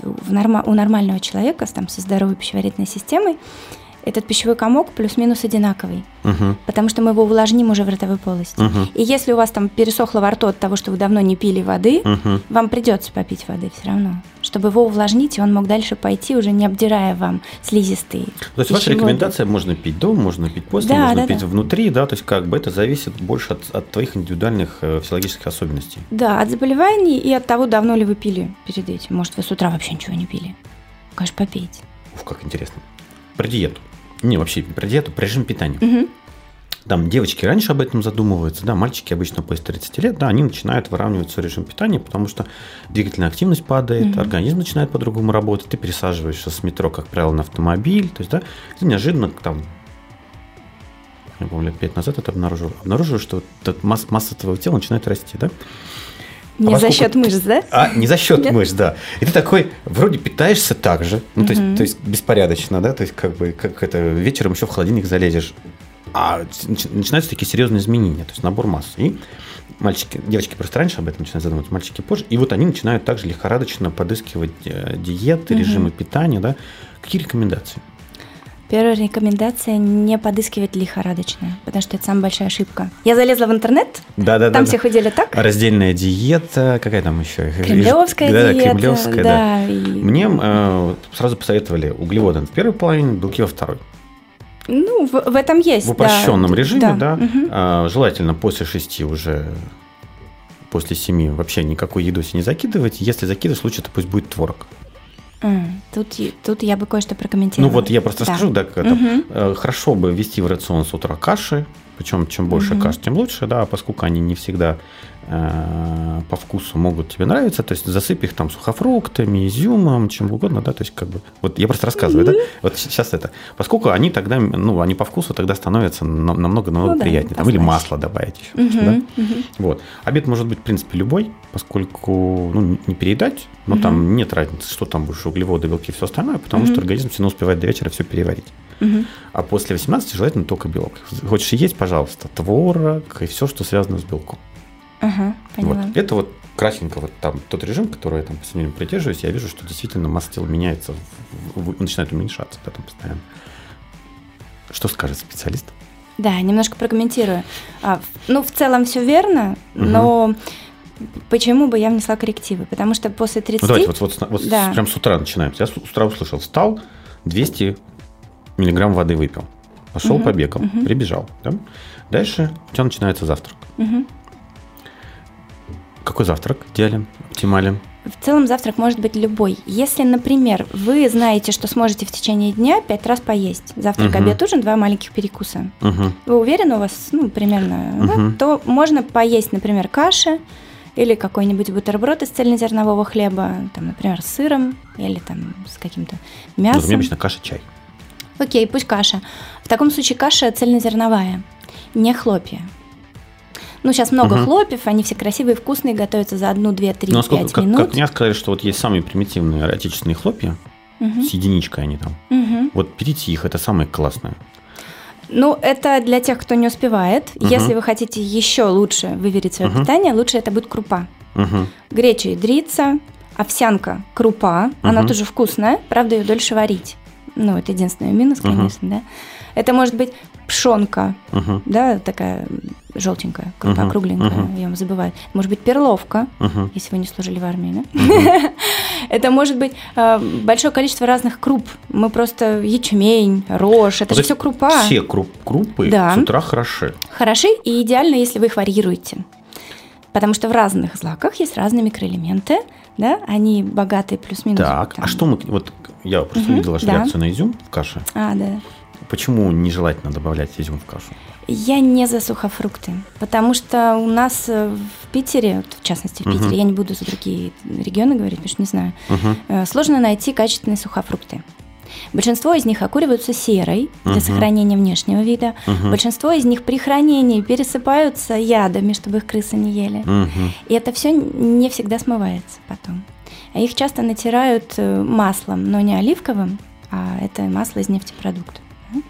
у нормального человека со здоровой пищеварительной системой этот пищевой комок плюс-минус одинаковый, потому что мы его увлажним уже в ротовой полости. И если у вас там пересохло во рту от того, что вы давно не пили воды, вам придется попить воды все равно, чтобы его увлажнить, и он мог дальше пойти, уже не обдирая вам слизистые. То есть ваша рекомендация: можно пить до, можно пить после, можно пить внутри, да, то есть как бы это зависит больше от твоих индивидуальных физиологических особенностей. Да, от заболеваний и от того, давно ли вы пили перед этим. Может, вы с утра вообще ничего не пили. Конечно, попейте. Ух, как интересно. Про диету. Не, вообще про диету, про режим питания. Там девочки раньше об этом задумываются, да, мальчики обычно после 30 лет, да, они начинают выравнивать свой режим питания, потому что двигательная активность падает, организм начинает по-другому работать, ты пересаживаешься с метро, как правило, на автомобиль, то есть, да, ты неожиданно там, я помню, лет 5 назад это обнаружил, что масса твоего тела начинает расти, да. Не за счет мышц, да? Не за счет мышц, да. И ты такой, вроде питаешься так же, ну, то есть беспорядочно, да, то есть как это, вечером еще в холодильник залезешь, а начинаются такие серьезные изменения, то есть набор массы. И девочки просто раньше об этом начинают задумываться, мальчики позже, и вот они начинают также лихорадочно подыскивать диеты, режимы питания, да. Какие рекомендации? Первая рекомендация – не подыскивать лихорадочно, потому что это самая большая ошибка. Я залезла в интернет, там все ходили так. Раздельная диета, какая там еще? Кремлевская диета. Кремлевская, да. Мне сразу посоветовали углеводы в первой половине, белки во второй. Ну, в этом есть. В упрощенном режиме, да. Желательно после 6 уже, после 7 вообще никакой еду себе не закидывать. Если закидываешь, лучше это пусть будет творог. Тут я бы кое-что прокомментировала. Ну вот я просто скажу, да, хорошо бы ввести в рацион с утра каши, причем чем больше каш, тем лучше, да, поскольку они не всегда по вкусу могут тебе нравиться, то есть засыпь их там сухофруктами, изюмом, чем угодно, да, то есть как бы, вот я просто рассказываю, да, вот сейчас это, поскольку они тогда, они по вкусу тогда становятся намного приятнее, там, или масло добавить еще, да, вот. Обед может быть, в принципе, любой, поскольку, не переедать, но там нет разницы, что там будешь, углеводы, белки, все остальное, потому что организм все равно успевает до вечера все переварить. А после 18 желательно только белок. Хочешь есть, пожалуйста, творог и все, что связано с белком. Поняла. Вот. Это вот красненько вот там тот режим, который я там последним придерживаюсь, я вижу, что действительно масса тела меняется, начинает уменьшаться потом постоянно. Что скажет специалист? Да, немножко прокомментирую. В целом все верно, но почему бы я внесла коррективы? Потому что после 30... Давайте вот да. Прям с утра начинаем. Я с утра услышал, встал, 200 миллиграмм воды выпил, пошел побегал, прибежал. Да? Дальше у тебя начинается завтрак. Какой завтрак идеален, оптимален? В целом завтрак может быть любой. Если, например, вы знаете, что сможете в течение дня 5 раз поесть, завтрак, обед, ужин, 2 маленьких перекуса, вы уверены, у вас примерно, то можно поесть, например, каши или какой-нибудь бутерброд из цельнозернового хлеба, там, например, с сыром или там, с каким-то мясом. У меня обычно каша-чай. Окей, пусть каша. В таком случае каша цельнозерновая, не хлопья. Сейчас много хлопьев, они все красивые, вкусные, готовятся за 1, 2, 3, 5 минут. Как мне сказали, что вот есть самые примитивные отечественные хлопья, с единичкой они там. Вот берите их, это самое классное. Это для тех, кто не успевает. Если вы хотите еще лучше выверить свое питание, лучше это будет крупа. Греча ядрица, овсянка, крупа, она тоже вкусная, правда, ее дольше варить. Ну, это единственный минус, конечно, да. Это может быть пшенка, да, такая желтенькая, крупа, кругленькая, ее забывают. Может быть, перловка, если вы не служили в армии, да. Это может быть большое количество разных круп. Мы просто ячмень, рожь, это же все крупа. Все крупы с утра хороши. Хороши, и идеально, если вы их варьируете. Потому что в разных злаках есть разные микроэлементы, да, они богатые плюс-минус. Так, а что мы... Вот я просто видела вашу реакцию на изюм в каше. Да. Почему нежелательно добавлять изюм в кашу? Я не за сухофрукты, потому что у нас в Питере, в частности в Питере, я не буду за другие регионы говорить, потому что не знаю, сложно найти качественные сухофрукты. Большинство из них окуриваются серой для сохранения внешнего вида. Большинство из них при хранении пересыпаются ядами, чтобы их крысы не ели. И это все не всегда смывается потом. А их часто натирают маслом, но не оливковым, а это масло из нефтепродуктов.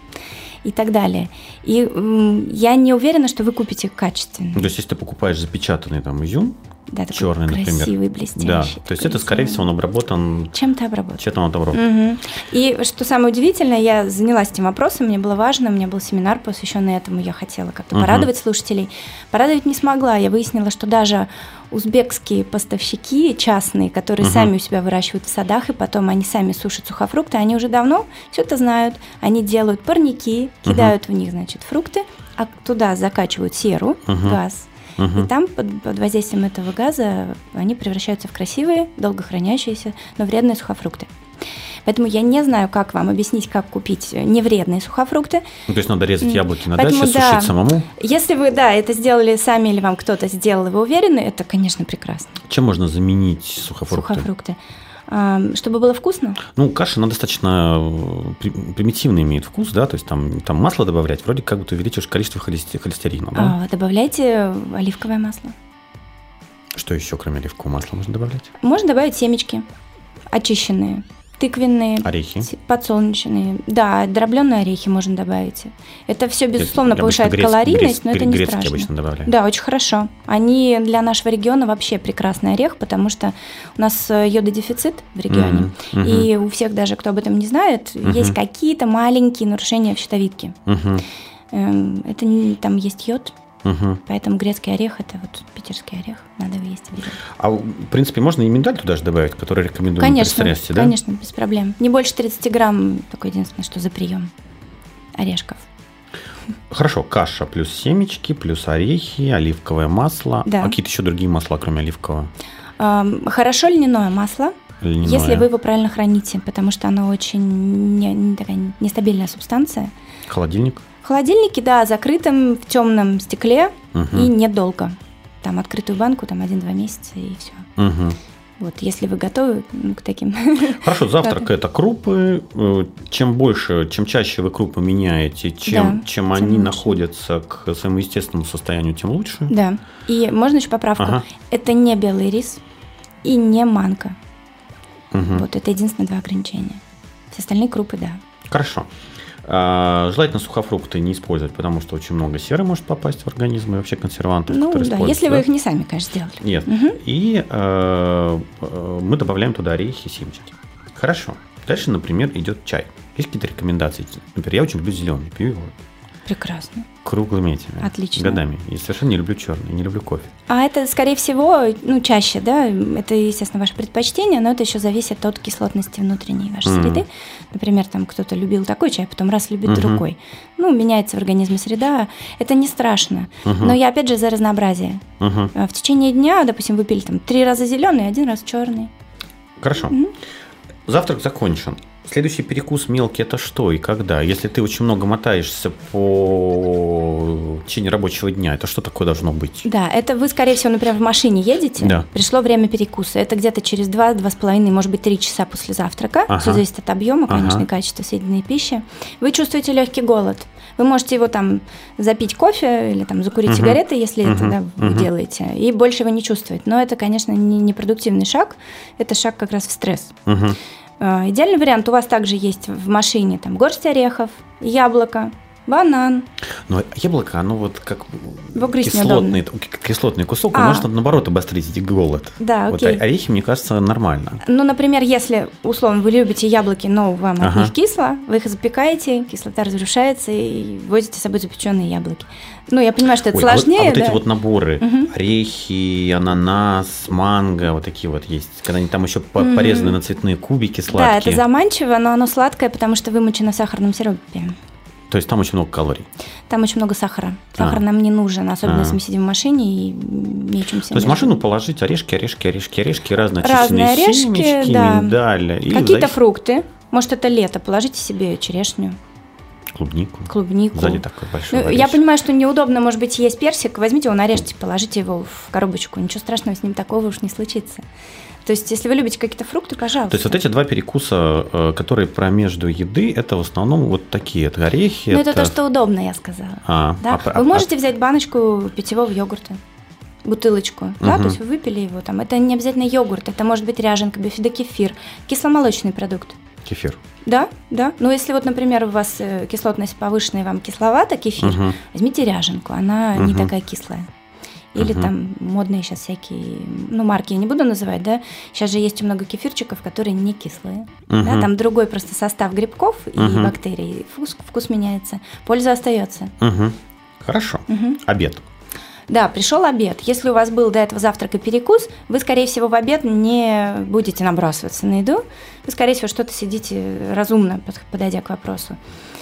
И так далее. И я не уверена, что вы купите качественный. То есть, если ты покупаешь запечатанный там изюм, да, такой черный, красивый, например, блестящий. Да, то есть это, скорее всего, он обработан... Чем-то обработан. Чем-то он обработан. И что самое удивительное, я занялась этим вопросом, мне было важно, у меня был семинар, посвященный этому, я хотела как-то порадовать слушателей. Порадовать не смогла, я выяснила, что даже узбекские поставщики частные, которые сами у себя выращивают в садах, и потом они сами сушат сухофрукты, они уже давно все это знают. Они делают парники, кидают в них, значит, фрукты, а туда закачивают серу, газ, и там под воздействием этого газа они превращаются в красивые, долгохранящиеся, но вредные сухофрукты. Поэтому я не знаю, как вам объяснить, как купить невредные сухофрукты. Ну, то есть надо резать яблоки на даче, сушить самому? Если вы, это сделали сами или вам кто-то сделал, и вы уверены, это, конечно, прекрасно. Чем можно заменить сухофрукты? Чтобы было вкусно? Ну, каша, она достаточно примитивно имеет вкус, да, то есть там масло добавлять, вроде как бы ты увеличиваешь количество холестерина, да? Добавляйте оливковое масло. Что еще, кроме оливкового масла, можно добавлять? Можно добавить семечки очищенные, тыквенные, орехи, подсолнечные, да, дробленые орехи можно добавить. Это все, безусловно, повышает калорийность, но это не страшно. Обычно добавляю. Да, очень хорошо. Они для нашего региона вообще прекрасный орех, потому что у нас йододефицит в регионе, и у всех даже, кто об этом не знает, есть какие-то маленькие нарушения в щитовидке. Это там есть йод. Поэтому грецкий орех – это вот питерский орех, надо его есть обязательно. А в принципе можно и миндаль туда же добавить, который рекомендуем при стрессе, да? Конечно, без проблем. Не больше 30 грамм, только единственное, что за прием орешков. Хорошо, каша плюс семечки, плюс орехи, оливковое масло. Да. А какие-то еще другие масла, кроме оливкового? Хорошо льняное масло, если вы его правильно храните, потому что оно очень такая нестабильная субстанция. Холодильник? В холодильнике, да, закрытым в темном стекле и недолго. Там открытую банку, там 1-2 месяца и все. Вот, если вы готовы к таким. Хорошо, завтрак это крупы. Чем чаще вы крупы меняете, чем они лучше находятся к своему естественному состоянию, тем лучше. Да. И можно еще поправку. Это не белый рис и не манка. Вот это единственные 2 ограничения. Все остальные крупы, да. Хорошо. Желательно сухофрукты не использовать, потому что очень много серы может попасть в организм и вообще консервантов, которые используются. Если вы их не сами, конечно, сделали. Нет. И мы добавляем туда орехи и семечки. Хорошо. Дальше, например, идет чай. Есть какие-то рекомендации? Например, я очень люблю зеленый, пью его. Прекрасно. Круглыми этими. Отлично. Годами. И совершенно не люблю черный, не люблю кофе. А это, скорее всего, чаще, да, это, естественно, ваше предпочтение, но это еще зависит от кислотности внутренней вашей среды. Например, там кто-то любил такой чай, потом раз любит другой. Меняется в организме среда. Это не страшно. Но я, опять же, за разнообразие. В течение дня, допустим, вы пили 3 раза зеленый, 1 раз черный. Хорошо. Завтрак закончен. Следующий перекус мелкий – это что и когда? Если ты очень много мотаешься по течение рабочего дня, это что такое должно быть? Да, это вы, скорее всего, например, в машине едете, пришло время перекуса. Это где-то через 2-2,5, может быть, 3 часа после завтрака. Все зависит от объема, конечно, и качества съеденной пищи. Вы чувствуете легкий голод. Вы можете его запить кофе или закурить сигареты, если это вы делаете, и больше его не чувствовать. Но это, конечно, не продуктивный шаг, это шаг как раз в стресс. Идеальный вариант у вас также есть в машине горсть орехов, яблоко, банан. Но яблоко, оно вот как кислотный кусок, он может, наоборот, обострить голод. Да, вот окей. Орехи, мне кажется, нормально. Ну, например, если, условно, вы любите яблоки, но вам от них кисло, вы их запекаете, кислота разрушается, и возите с собой запеченные яблоки. Ну, я понимаю, что это сложнее. Вот эти вот наборы, орехи, ананас, манго, вот такие вот есть, когда они там еще порезаны на цветные кубики сладкие. Да, это заманчиво, но оно сладкое, потому что вымочено в сахарном сиропе. То есть там очень много калорий. Там очень много сахара. Сахар нам не нужен, особенно если мы сидим в машине и нечем себе. То есть в машину положить орешки, разные очищенные семечки, миндаль. Какие-то фрукты. Может, это лето. Положите себе черешню. Клубнику. Сзади такой большой. Я понимаю, что неудобно, может быть, есть персик. Возьмите его, нарежьте, положите его в коробочку. Ничего страшного с ним такого уж не случится. То есть, если вы любите какие-то фрукты, пожалуйста. То есть, вот эти два перекуса, которые промежду еды, это в основном вот такие, это орехи. Ну, это то, что удобно, я сказала. Вы можете взять баночку питьевого йогурта, бутылочку, да, то есть вы выпили его там. Это не обязательно йогурт, это может быть ряженка, бифидокефир, кисломолочный продукт. Кефир. Да. Но если вот, например, у вас кислотность повышенная, вам кисловато кефир, возьмите ряженку, она не такая кислая. Или там модные сейчас всякие, марки я не буду называть, да, сейчас же есть много кефирчиков, которые не кислые, да, там другой просто состав грибков и бактерий, вкус меняется, польза остается. Хорошо. Обед. Да, пришел обед. Если у вас был до этого завтрак и перекус, вы, скорее всего, в обед не будете набрасываться на еду, вы, скорее всего, что-то сидите разумно, подойдя к вопросу.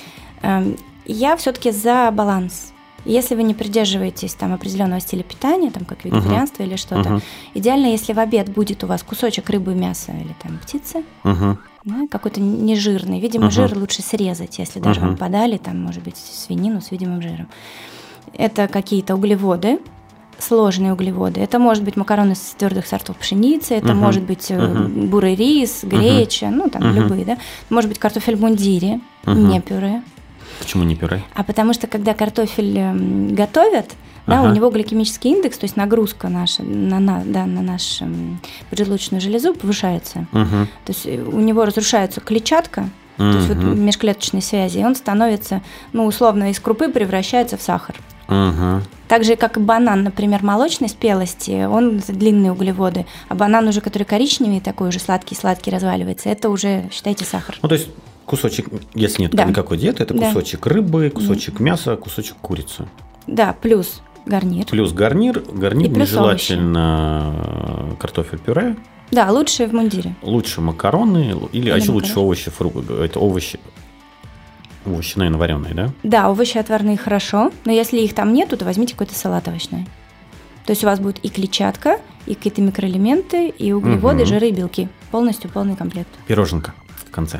Я все-таки за баланс. Если вы не придерживаетесь там определенного стиля питания, там как вегетарианство или что-то, идеально, если в обед будет у вас кусочек рыбы, мяса или там птицы, да, какой-то нежирный. Видимо, жир лучше срезать, если даже вам подали, там, может быть, свинину с видимым жиром. Это какие-то углеводы, сложные углеводы. Это может быть макароны с твердых сортов пшеницы, это может быть бурый рис, греча, любые, да. Может быть картофель в мундире, не пюре. Почему не пюре? А потому что, когда картофель готовят, да, у него гликемический индекс, то есть нагрузка наша на нашу поджелудочную железу повышается. То есть у него разрушается клетчатка, то есть вот межклеточные связи, и он становится, условно, из крупы превращается в сахар. Так же, как и банан, например, молочной спелости, он длинные углеводы, а банан уже, который коричневый, такой уже сладкий разваливается, это уже, считайте, сахар. То есть кусочек, если нет никакой диеты, это кусочек рыбы, кусочек мяса, кусочек курицы. Да, плюс гарнир. Гарнир нежелательно картофель-пюре. Да, лучше в мундире. Лучше макароны, или еще лучше овощи, это овощи. Овощи, наверное, вареные, да? Да, овощи отварные хорошо, но если их там нету, то возьмите какой-то салат овощной. То есть у вас будет и клетчатка, и какие-то микроэлементы, и углеводы, жиры и белки. Полностью полный комплект. Пироженка в конце.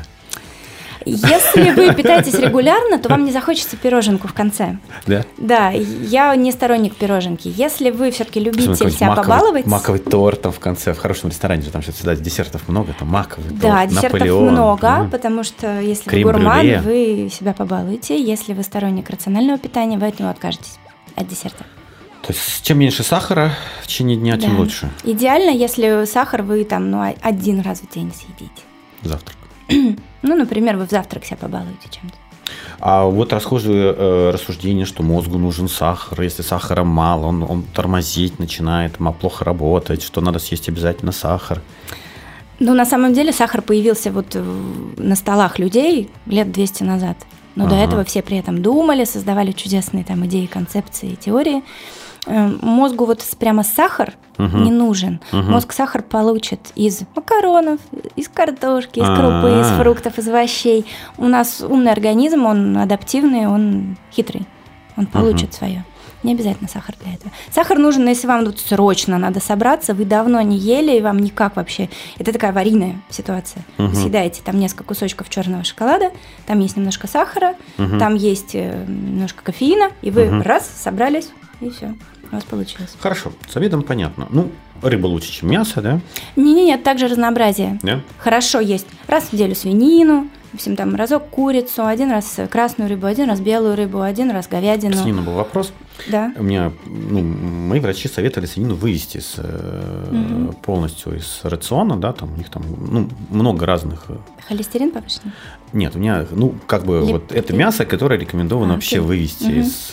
Если вы питаетесь регулярно, то вам не захочется пироженку в конце. Да? Да, я не сторонник пироженки. Если вы все-таки любите себя побаловать... Маковый торт там в конце, в хорошем ресторане же там всегда десертов много, там маковый торт, да, десертов Наполеон, много, потому что если вы гурман, вы себя побалуете. Если вы сторонник рационального питания, вы от него откажетесь, от десерта. То есть чем меньше сахара в течение дня, тем лучше. Идеально, если сахар вы там, один раз в день съедите. Завтрак. Например, вы в завтрак себя побалуете чем-то. А вот расхожие рассуждения, что мозгу нужен сахар. Если сахара мало, он тормозить начинает, плохо работать, что надо съесть обязательно сахар. На самом деле сахар появился вот на столах людей лет 200 назад. Но до этого все при этом думали, создавали чудесные там идеи, концепции, теории. Мозгу вот прямо сахар не нужен. Мозг сахар получит из макаронов, из картошки, из крупы, из фруктов, из овощей. У нас умный организм, он адаптивный, он хитрый. Он получит свое. Не обязательно сахар для этого. Сахар нужен, если вам тут срочно надо собраться, вы давно не ели, и вам никак вообще... Это такая аварийная ситуация. Вы съедаете там несколько кусочков черного шоколада, там есть немножко сахара, там есть немножко кофеина, и вы раз, собрались, и все. У вас получилось. Хорошо, с обедом понятно. Рыба лучше, чем мясо, да? Нет, также разнообразие. Да? Хорошо есть раз в неделю свинину, В общем, там разок курицу, один раз красную рыбу, один раз белую рыбу, один раз говядину. Свинину был вопрос. Да. У меня, мои врачи советовали свинину вывести полностью из рациона, да, там у них там много разных. Холестерин повышенный? Нет, у меня, вот это мясо, которое рекомендовано вообще вывести из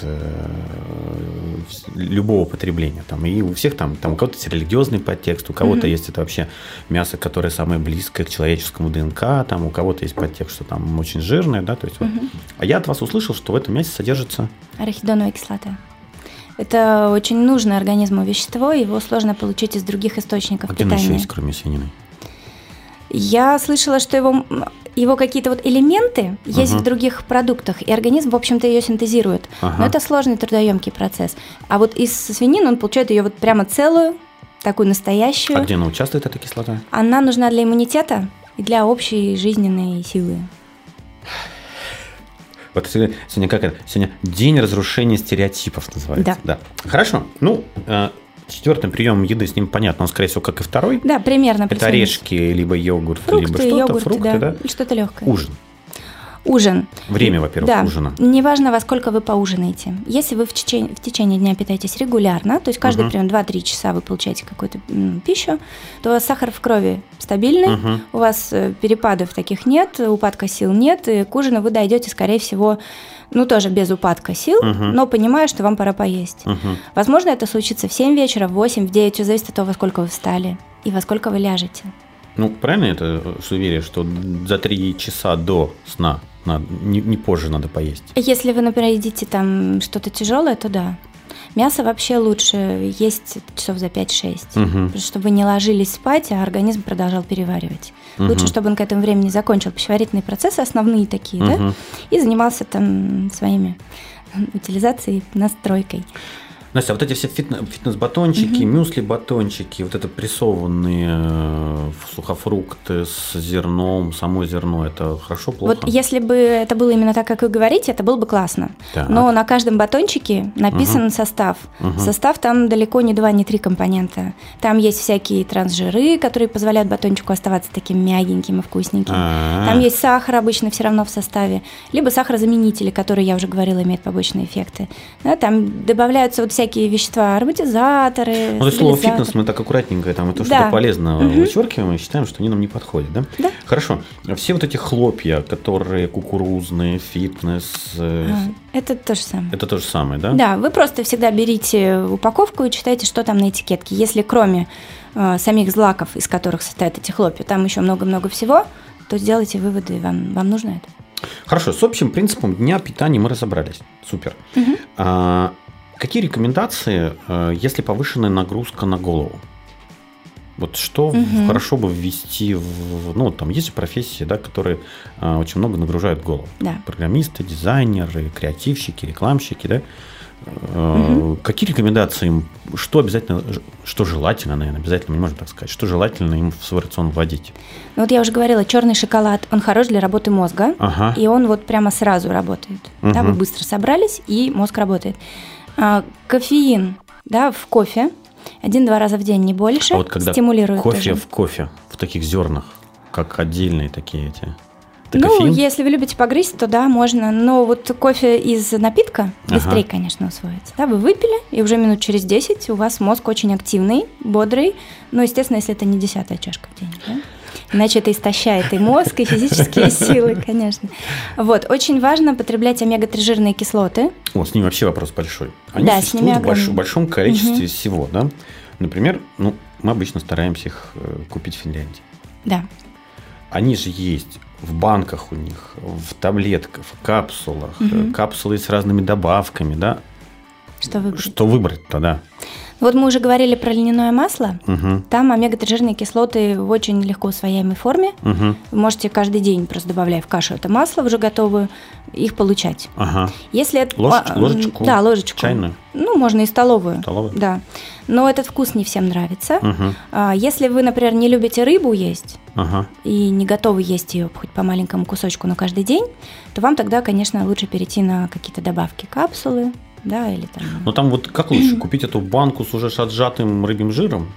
любого потребления. Там, и у всех там у кого-то есть религиозный подтекст, у кого-то есть это вообще мясо, которое самое близкое к человеческому ДНК, там у кого-то есть подтекст, что там очень жирное, да, то есть вот. А я от вас услышал, что в этом мясе содержится арахидоновая кислота. Это очень нужное организму вещество, его сложно получить из других источников питания. А где оно еще есть, кроме свинины? Я слышала, что его какие-то вот элементы есть в других продуктах, и организм, в общем-то, ее синтезирует. Но это сложный трудоемкий процесс. А вот из свинины он получает ее вот прямо целую, такую настоящую. А где она участвует, эта кислота? Она нужна для иммунитета и для общей жизненной силы. Вот сегодня день разрушения стереотипов называется. Да. Хорошо. Четвертым приемом еды с ним понятно, он, скорее всего, как и второй. Да, примерно. Это орешки, либо йогурт, фрукты, либо что-то. Йогурты, фрукты, да? Или что-то легкое. Ужин. Время, во-первых, ужина. Неважно, во сколько вы поужинаете. Если вы в течение дня питаетесь регулярно, то есть каждый прием 2-3 часа вы получаете какую-то пищу, то у вас сахар в крови стабильный, у вас перепадов таких нет, упадка сил нет, и к ужину вы дойдете, скорее всего, тоже без упадка сил, но понимая, что вам пора поесть. Возможно, это случится в 7 вечера, в 8, в 9, все зависит от того, во сколько вы встали и во сколько вы ляжете. Правильно это суеверие, что за 3 часа до сна не позже надо поесть? Если вы, например, едите там что-то тяжелое, то да. Мясо вообще лучше есть часов за 5-6, чтобы вы не ложились спать, а организм продолжал переваривать. Лучше, чтобы он к этому времени закончил пищеварительные процессы, основные такие, да, и занимался там своими утилизацией, настройкой. Настя, вот эти все фитнес-батончики, мюсли-батончики, вот это прессованные сухофрукты с зерном, само зерно, это хорошо, плохо? Вот если бы это было именно так, как вы говорите, это было бы классно. Так. Но на каждом батончике написан состав. Состав там далеко не 2, не 3 компонента. Там есть всякие трансжиры, которые позволяют батончику оставаться таким мягеньким и вкусненьким. Там есть сахар обычно все равно в составе, либо сахарозаменители, которые, я уже говорила, имеют побочные эффекты. Да, там добавляются вот всякие вещества, ароматизаторы. То есть слово фитнес мы так аккуратненько, там это что-то полезное вычеркиваем и считаем, что они нам не подходят, да? Да. Хорошо. Все вот эти хлопья, которые кукурузные, фитнес. Это то же самое. Это то же самое, да? Да, вы просто всегда берите упаковку и читайте, что там на этикетке. Если кроме самих злаков, из которых состоят эти хлопья, там еще много-много всего, то сделайте выводы, вам нужно это. Хорошо, с общим принципом дня питания мы разобрались. Супер. Какие рекомендации, если повышенная нагрузка на голову? Вот что хорошо бы ввести там есть профессии, да, которые очень много нагружают голову. Да. Программисты, дизайнеры, креативщики, рекламщики, да? Какие рекомендации им, что обязательно, что желательно, наверное, обязательно, мы не можем так сказать, что желательно им в свой рацион вводить? Вот я уже говорила, черный шоколад, он хорош для работы мозга, и он вот прямо сразу работает. Да, вы быстро собрались, и мозг работает. Кофеин, да, в кофе 1-2 раза в день, не больше, а вот когда стимулирует кофе тоже. в кофе, в таких зернах, как отдельные такие эти. Ну, если вы любите погрызть, то да, можно. Но вот кофе из напитка быстрее, конечно, усвоится. Да, вы выпили, и уже минут через 10 у вас мозг очень активный, бодрый. Ну, естественно, если это не 10-я чашка в день, да? Иначе это истощает и мозг, и физические силы, конечно. Вот, очень важно потреблять омега-3 жирные кислоты. С ними вообще вопрос большой. Они да, существуют в большом количестве всего, да? Например, мы обычно стараемся их купить в Финляндии. Да. Они же есть в банках у них, в таблетках, в капсулах, капсулы с разными добавками, да? Что выбрать-то, да? Вот мы уже говорили про льняное масло. Там омега-3 жирные кислоты в очень легко усвояемой форме. Вы можете каждый день, просто добавляя в кашу это масло уже готовую, их получать. Если это ложечку? Да, ложечку. Чайную? Можно и столовую. Столовую? Да. Но этот вкус не всем нравится. Если вы, например, не любите рыбу есть и не готовы есть ее хоть по маленькому кусочку, но каждый день, то вам тогда, конечно, лучше перейти на какие-то добавки, капсулы. Да, или там... Но там вот как лучше, купить эту банку с уже отжатым рыбьим жиром?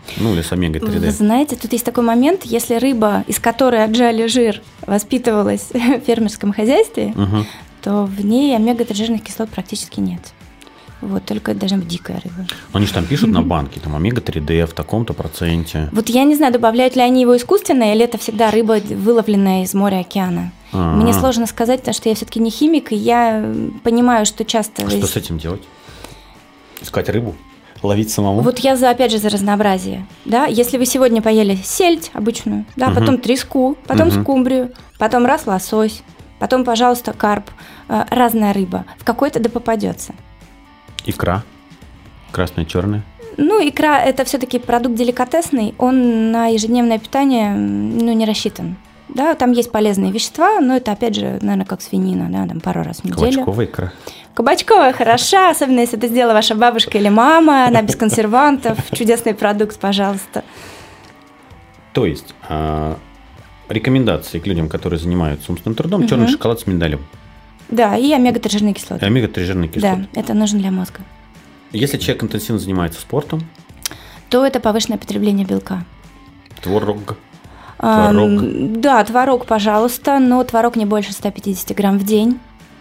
Ну, или с омега-3, Вы знаете, тут есть такой момент, если рыба, из которой отжали жир, воспитывалась в фермерском хозяйстве, то в ней омега-3 жирных кислот практически нет. Вот, только это должна быть дикая рыба. Они же там пишут на банке, там омега-3D в таком-то проценте. Вот я не знаю, добавляют ли они его искусственно, или это всегда рыба, выловленная из моря, океана. Мне сложно сказать, потому что я все-таки не химик, и я понимаю, что часто... А что с этим делать? Искать рыбу? Ловить самому? Вот я, опять же, за разнообразие. Да? Если вы сегодня поели сельдь обычную, да, потом треску, потом скумбрию, потом раз лосось, потом, пожалуйста, карп, разная рыба, в какой-то да попадется. Икра? Красная, черная? Ну, икра – это все-таки продукт деликатесный, он на ежедневное питание не рассчитан. Да, там есть полезные вещества, но это, опять же, наверное, как свинина, да, там пару раз в неделю. Кабачковая икра? Кабачковая хороша, особенно если это сделала ваша бабушка или мама, она без консервантов, чудесный продукт, пожалуйста. То есть, рекомендации к людям, которые занимаются умственным трудом, черный шоколад с миндалем. Да, и омега-3 жирные кислоты. Омега-3 жирные кислоты. Да, это нужно для мозга. Если человек интенсивно занимается спортом, то это повышенное потребление белка. Творог. Да, творог, пожалуйста, но творог не больше 150 грамм в день.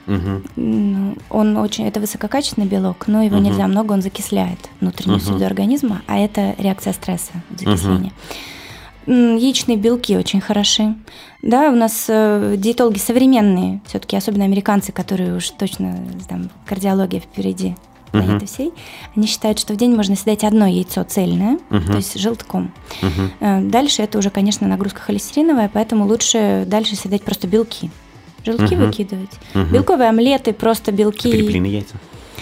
Он очень, это высококачественный белок, но его нельзя много, он закисляет внутреннюю среду организма, а это реакция стресса, закисления. Яичные белки очень хороши. Да, у нас диетологи современные, все-таки особенно американцы, которые уж точно там кардиология впереди планеты всей, они считают, что в день можно съедать одно яйцо цельное, то есть желтком. Дальше это уже, конечно, нагрузка холестериновая, поэтому лучше дальше съедать просто белки. Желтки выкидывать. Белковые омлеты, просто белки. Перепелиные яйца?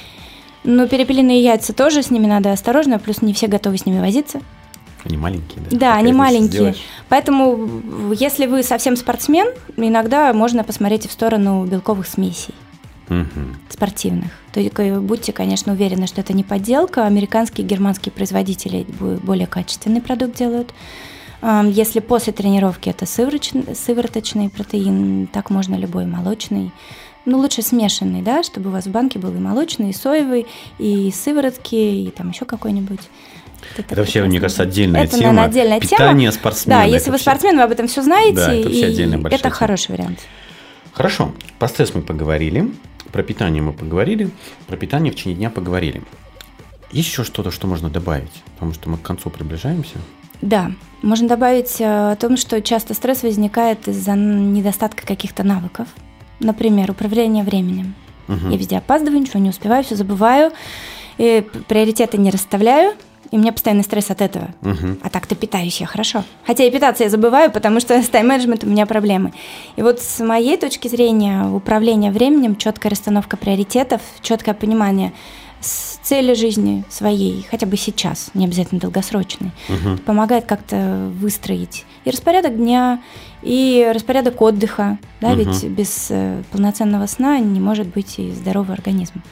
Ну, перепелиные яйца тоже, с ними надо осторожно, плюс не все готовы с ними возиться. Они маленькие, да? Да, они маленькие. Поэтому, если вы совсем спортсмен, иногда можно посмотреть в сторону белковых смесей спортивных. Только будьте, конечно, уверены, что это не подделка. Американские и германские производители более качественный продукт делают. Если после тренировки это сывороточный протеин, так можно любой молочный. Ну, лучше смешанный, да, чтобы у вас в банке был и молочный, и соевый, и сыворотки, и там еще какой-нибудь. Это вообще, мне кажется, отдельная это, тема. Наверное, отдельная Питание тема. спортсмена. Да, если вы спортсмен, вы об этом все знаете, да, это вообще отдельная большая это тема. хороший вариант. Хорошо, про стресс мы поговорили, про питание мы поговорили, про питание в течение дня поговорили. Есть еще что-то, что можно добавить? Потому что мы к концу приближаемся. Да, можно добавить о том, что часто стресс возникает из-за недостатка каких-то навыков. Например, управление временем. Я везде опаздываю, ничего не успеваю, все забываю, и приоритеты не расставляю, и у меня постоянный стресс от этого. А так-то питаюсь я хорошо. Хотя и питаться я забываю, потому что с тайм-менеджментом у меня проблемы. И вот с моей точки зрения управление временем, четкая расстановка приоритетов, четкое понимание цели жизни своей, хотя бы сейчас, не обязательно долгосрочной, помогает как-то выстроить и распорядок дня, и распорядок отдыха, да, ведь без полноценного сна не может быть и здоровый организм.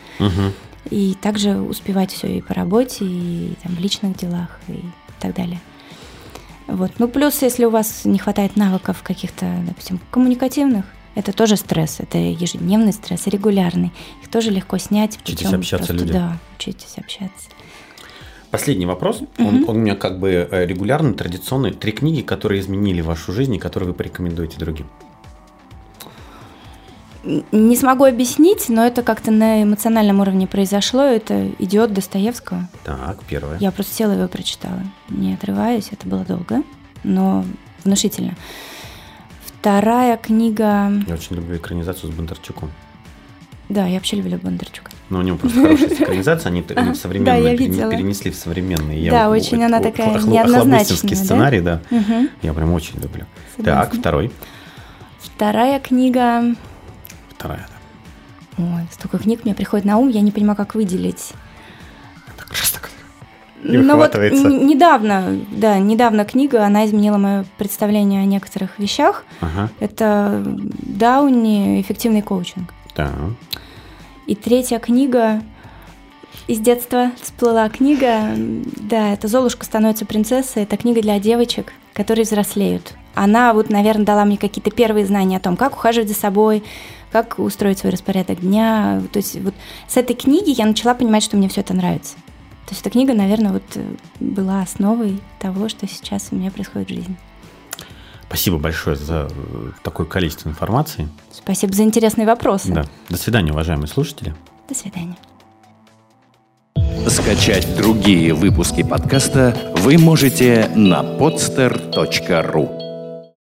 И также успевать все и по работе, и там, в личных делах, и так далее. Вот. Ну, плюс, если у вас не хватает навыков каких-то, допустим, коммуникативных, это тоже стресс, это ежедневный стресс, регулярный. Их тоже легко снять. Учитесь общаться людям. Да, учитесь общаться. Последний вопрос. Он у меня как бы регулярный, традиционный. 3 книги, которые изменили вашу жизнь и которые вы порекомендуете другим. Не смогу объяснить, но это как-то на эмоциональном уровне произошло. Это «Идиот» Достоевского. Так, первое. Я просто села и его прочитала, не отрываясь. Это было долго, но внушительно. Вторая книга... Я очень люблю экранизацию с Бондарчуком. Да, я вообще люблю Бондарчука. Но у него просто хорошая экранизация, они современные перенесли в современные. Да, очень она такая неоднозначная. Охлобыстинский сценарий, да. Я прям очень люблю. Так, второй. Вторая книга... Вторая, да. Ой, столько книг мне приходит на ум, я не понимаю, как выделить. Так раз так и ну вот недавно книга, она изменила мое представление о некоторых вещах. Это Дауни «Эффективный коучинг». Да. И третья книга, из детства всплыла книга, да, это «Золушка становится принцессой». Это книга для девочек, которые взрослеют. Она вот, наверное, дала мне какие-то первые знания о том, как ухаживать за собой, как устроить свой распорядок дня. То есть вот с этой книги я начала понимать, что мне все это нравится. То есть эта книга, наверное, вот была основой того, что сейчас у меня происходит в жизни. Спасибо большое за такое количество информации. Спасибо за интересные вопросы. Да. До свидания, уважаемые слушатели. До свидания. Скачать другие выпуски подкаста вы можете на podster.ru.